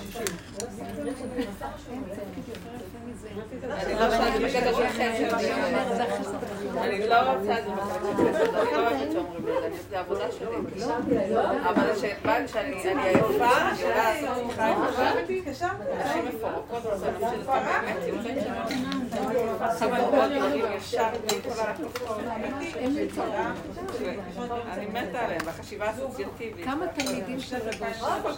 [SPEAKER 5] אני לא שאני בקטע של חסד. אני לא רוצה את זה בקטע של חסד. אני לא אוהבת שאומרים את זה. זה עבודה שלי. אבל כשאני עייפה, אני יודעת לעשות חיים עכשיו. אנשים מפורקות עושה נפשי לזה באמת. אבל עוד דברים ישר ויכולה לקופות. אני מתה עליהם, והחשיבה האסוציאטיבית.
[SPEAKER 3] כמה תלמידים של רבו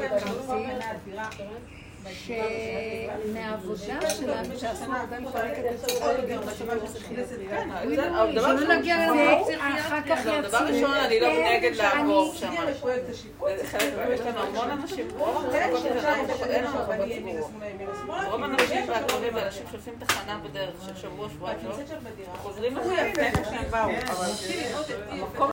[SPEAKER 3] שמהעבודה שלנו, שעשו עבודה לפרק את הצורה וגם בשביל הפסיכיאטריה.
[SPEAKER 5] שלא
[SPEAKER 4] נגיע לזה,
[SPEAKER 3] אחר כך יציעו.
[SPEAKER 5] דבר ראשון, אני לא נגד לעבור שם.
[SPEAKER 6] הגיע לפרויקט השיפוט.
[SPEAKER 5] יש לנו המון אנשים, רוב המחלקות הזה, אין לנו חברות ציבוריות. רוב האנשים והקרובים ואנשים שעושים תחנה בדרך של שבוע, שבועיים, שלוש, חוזרים לחיים. המקום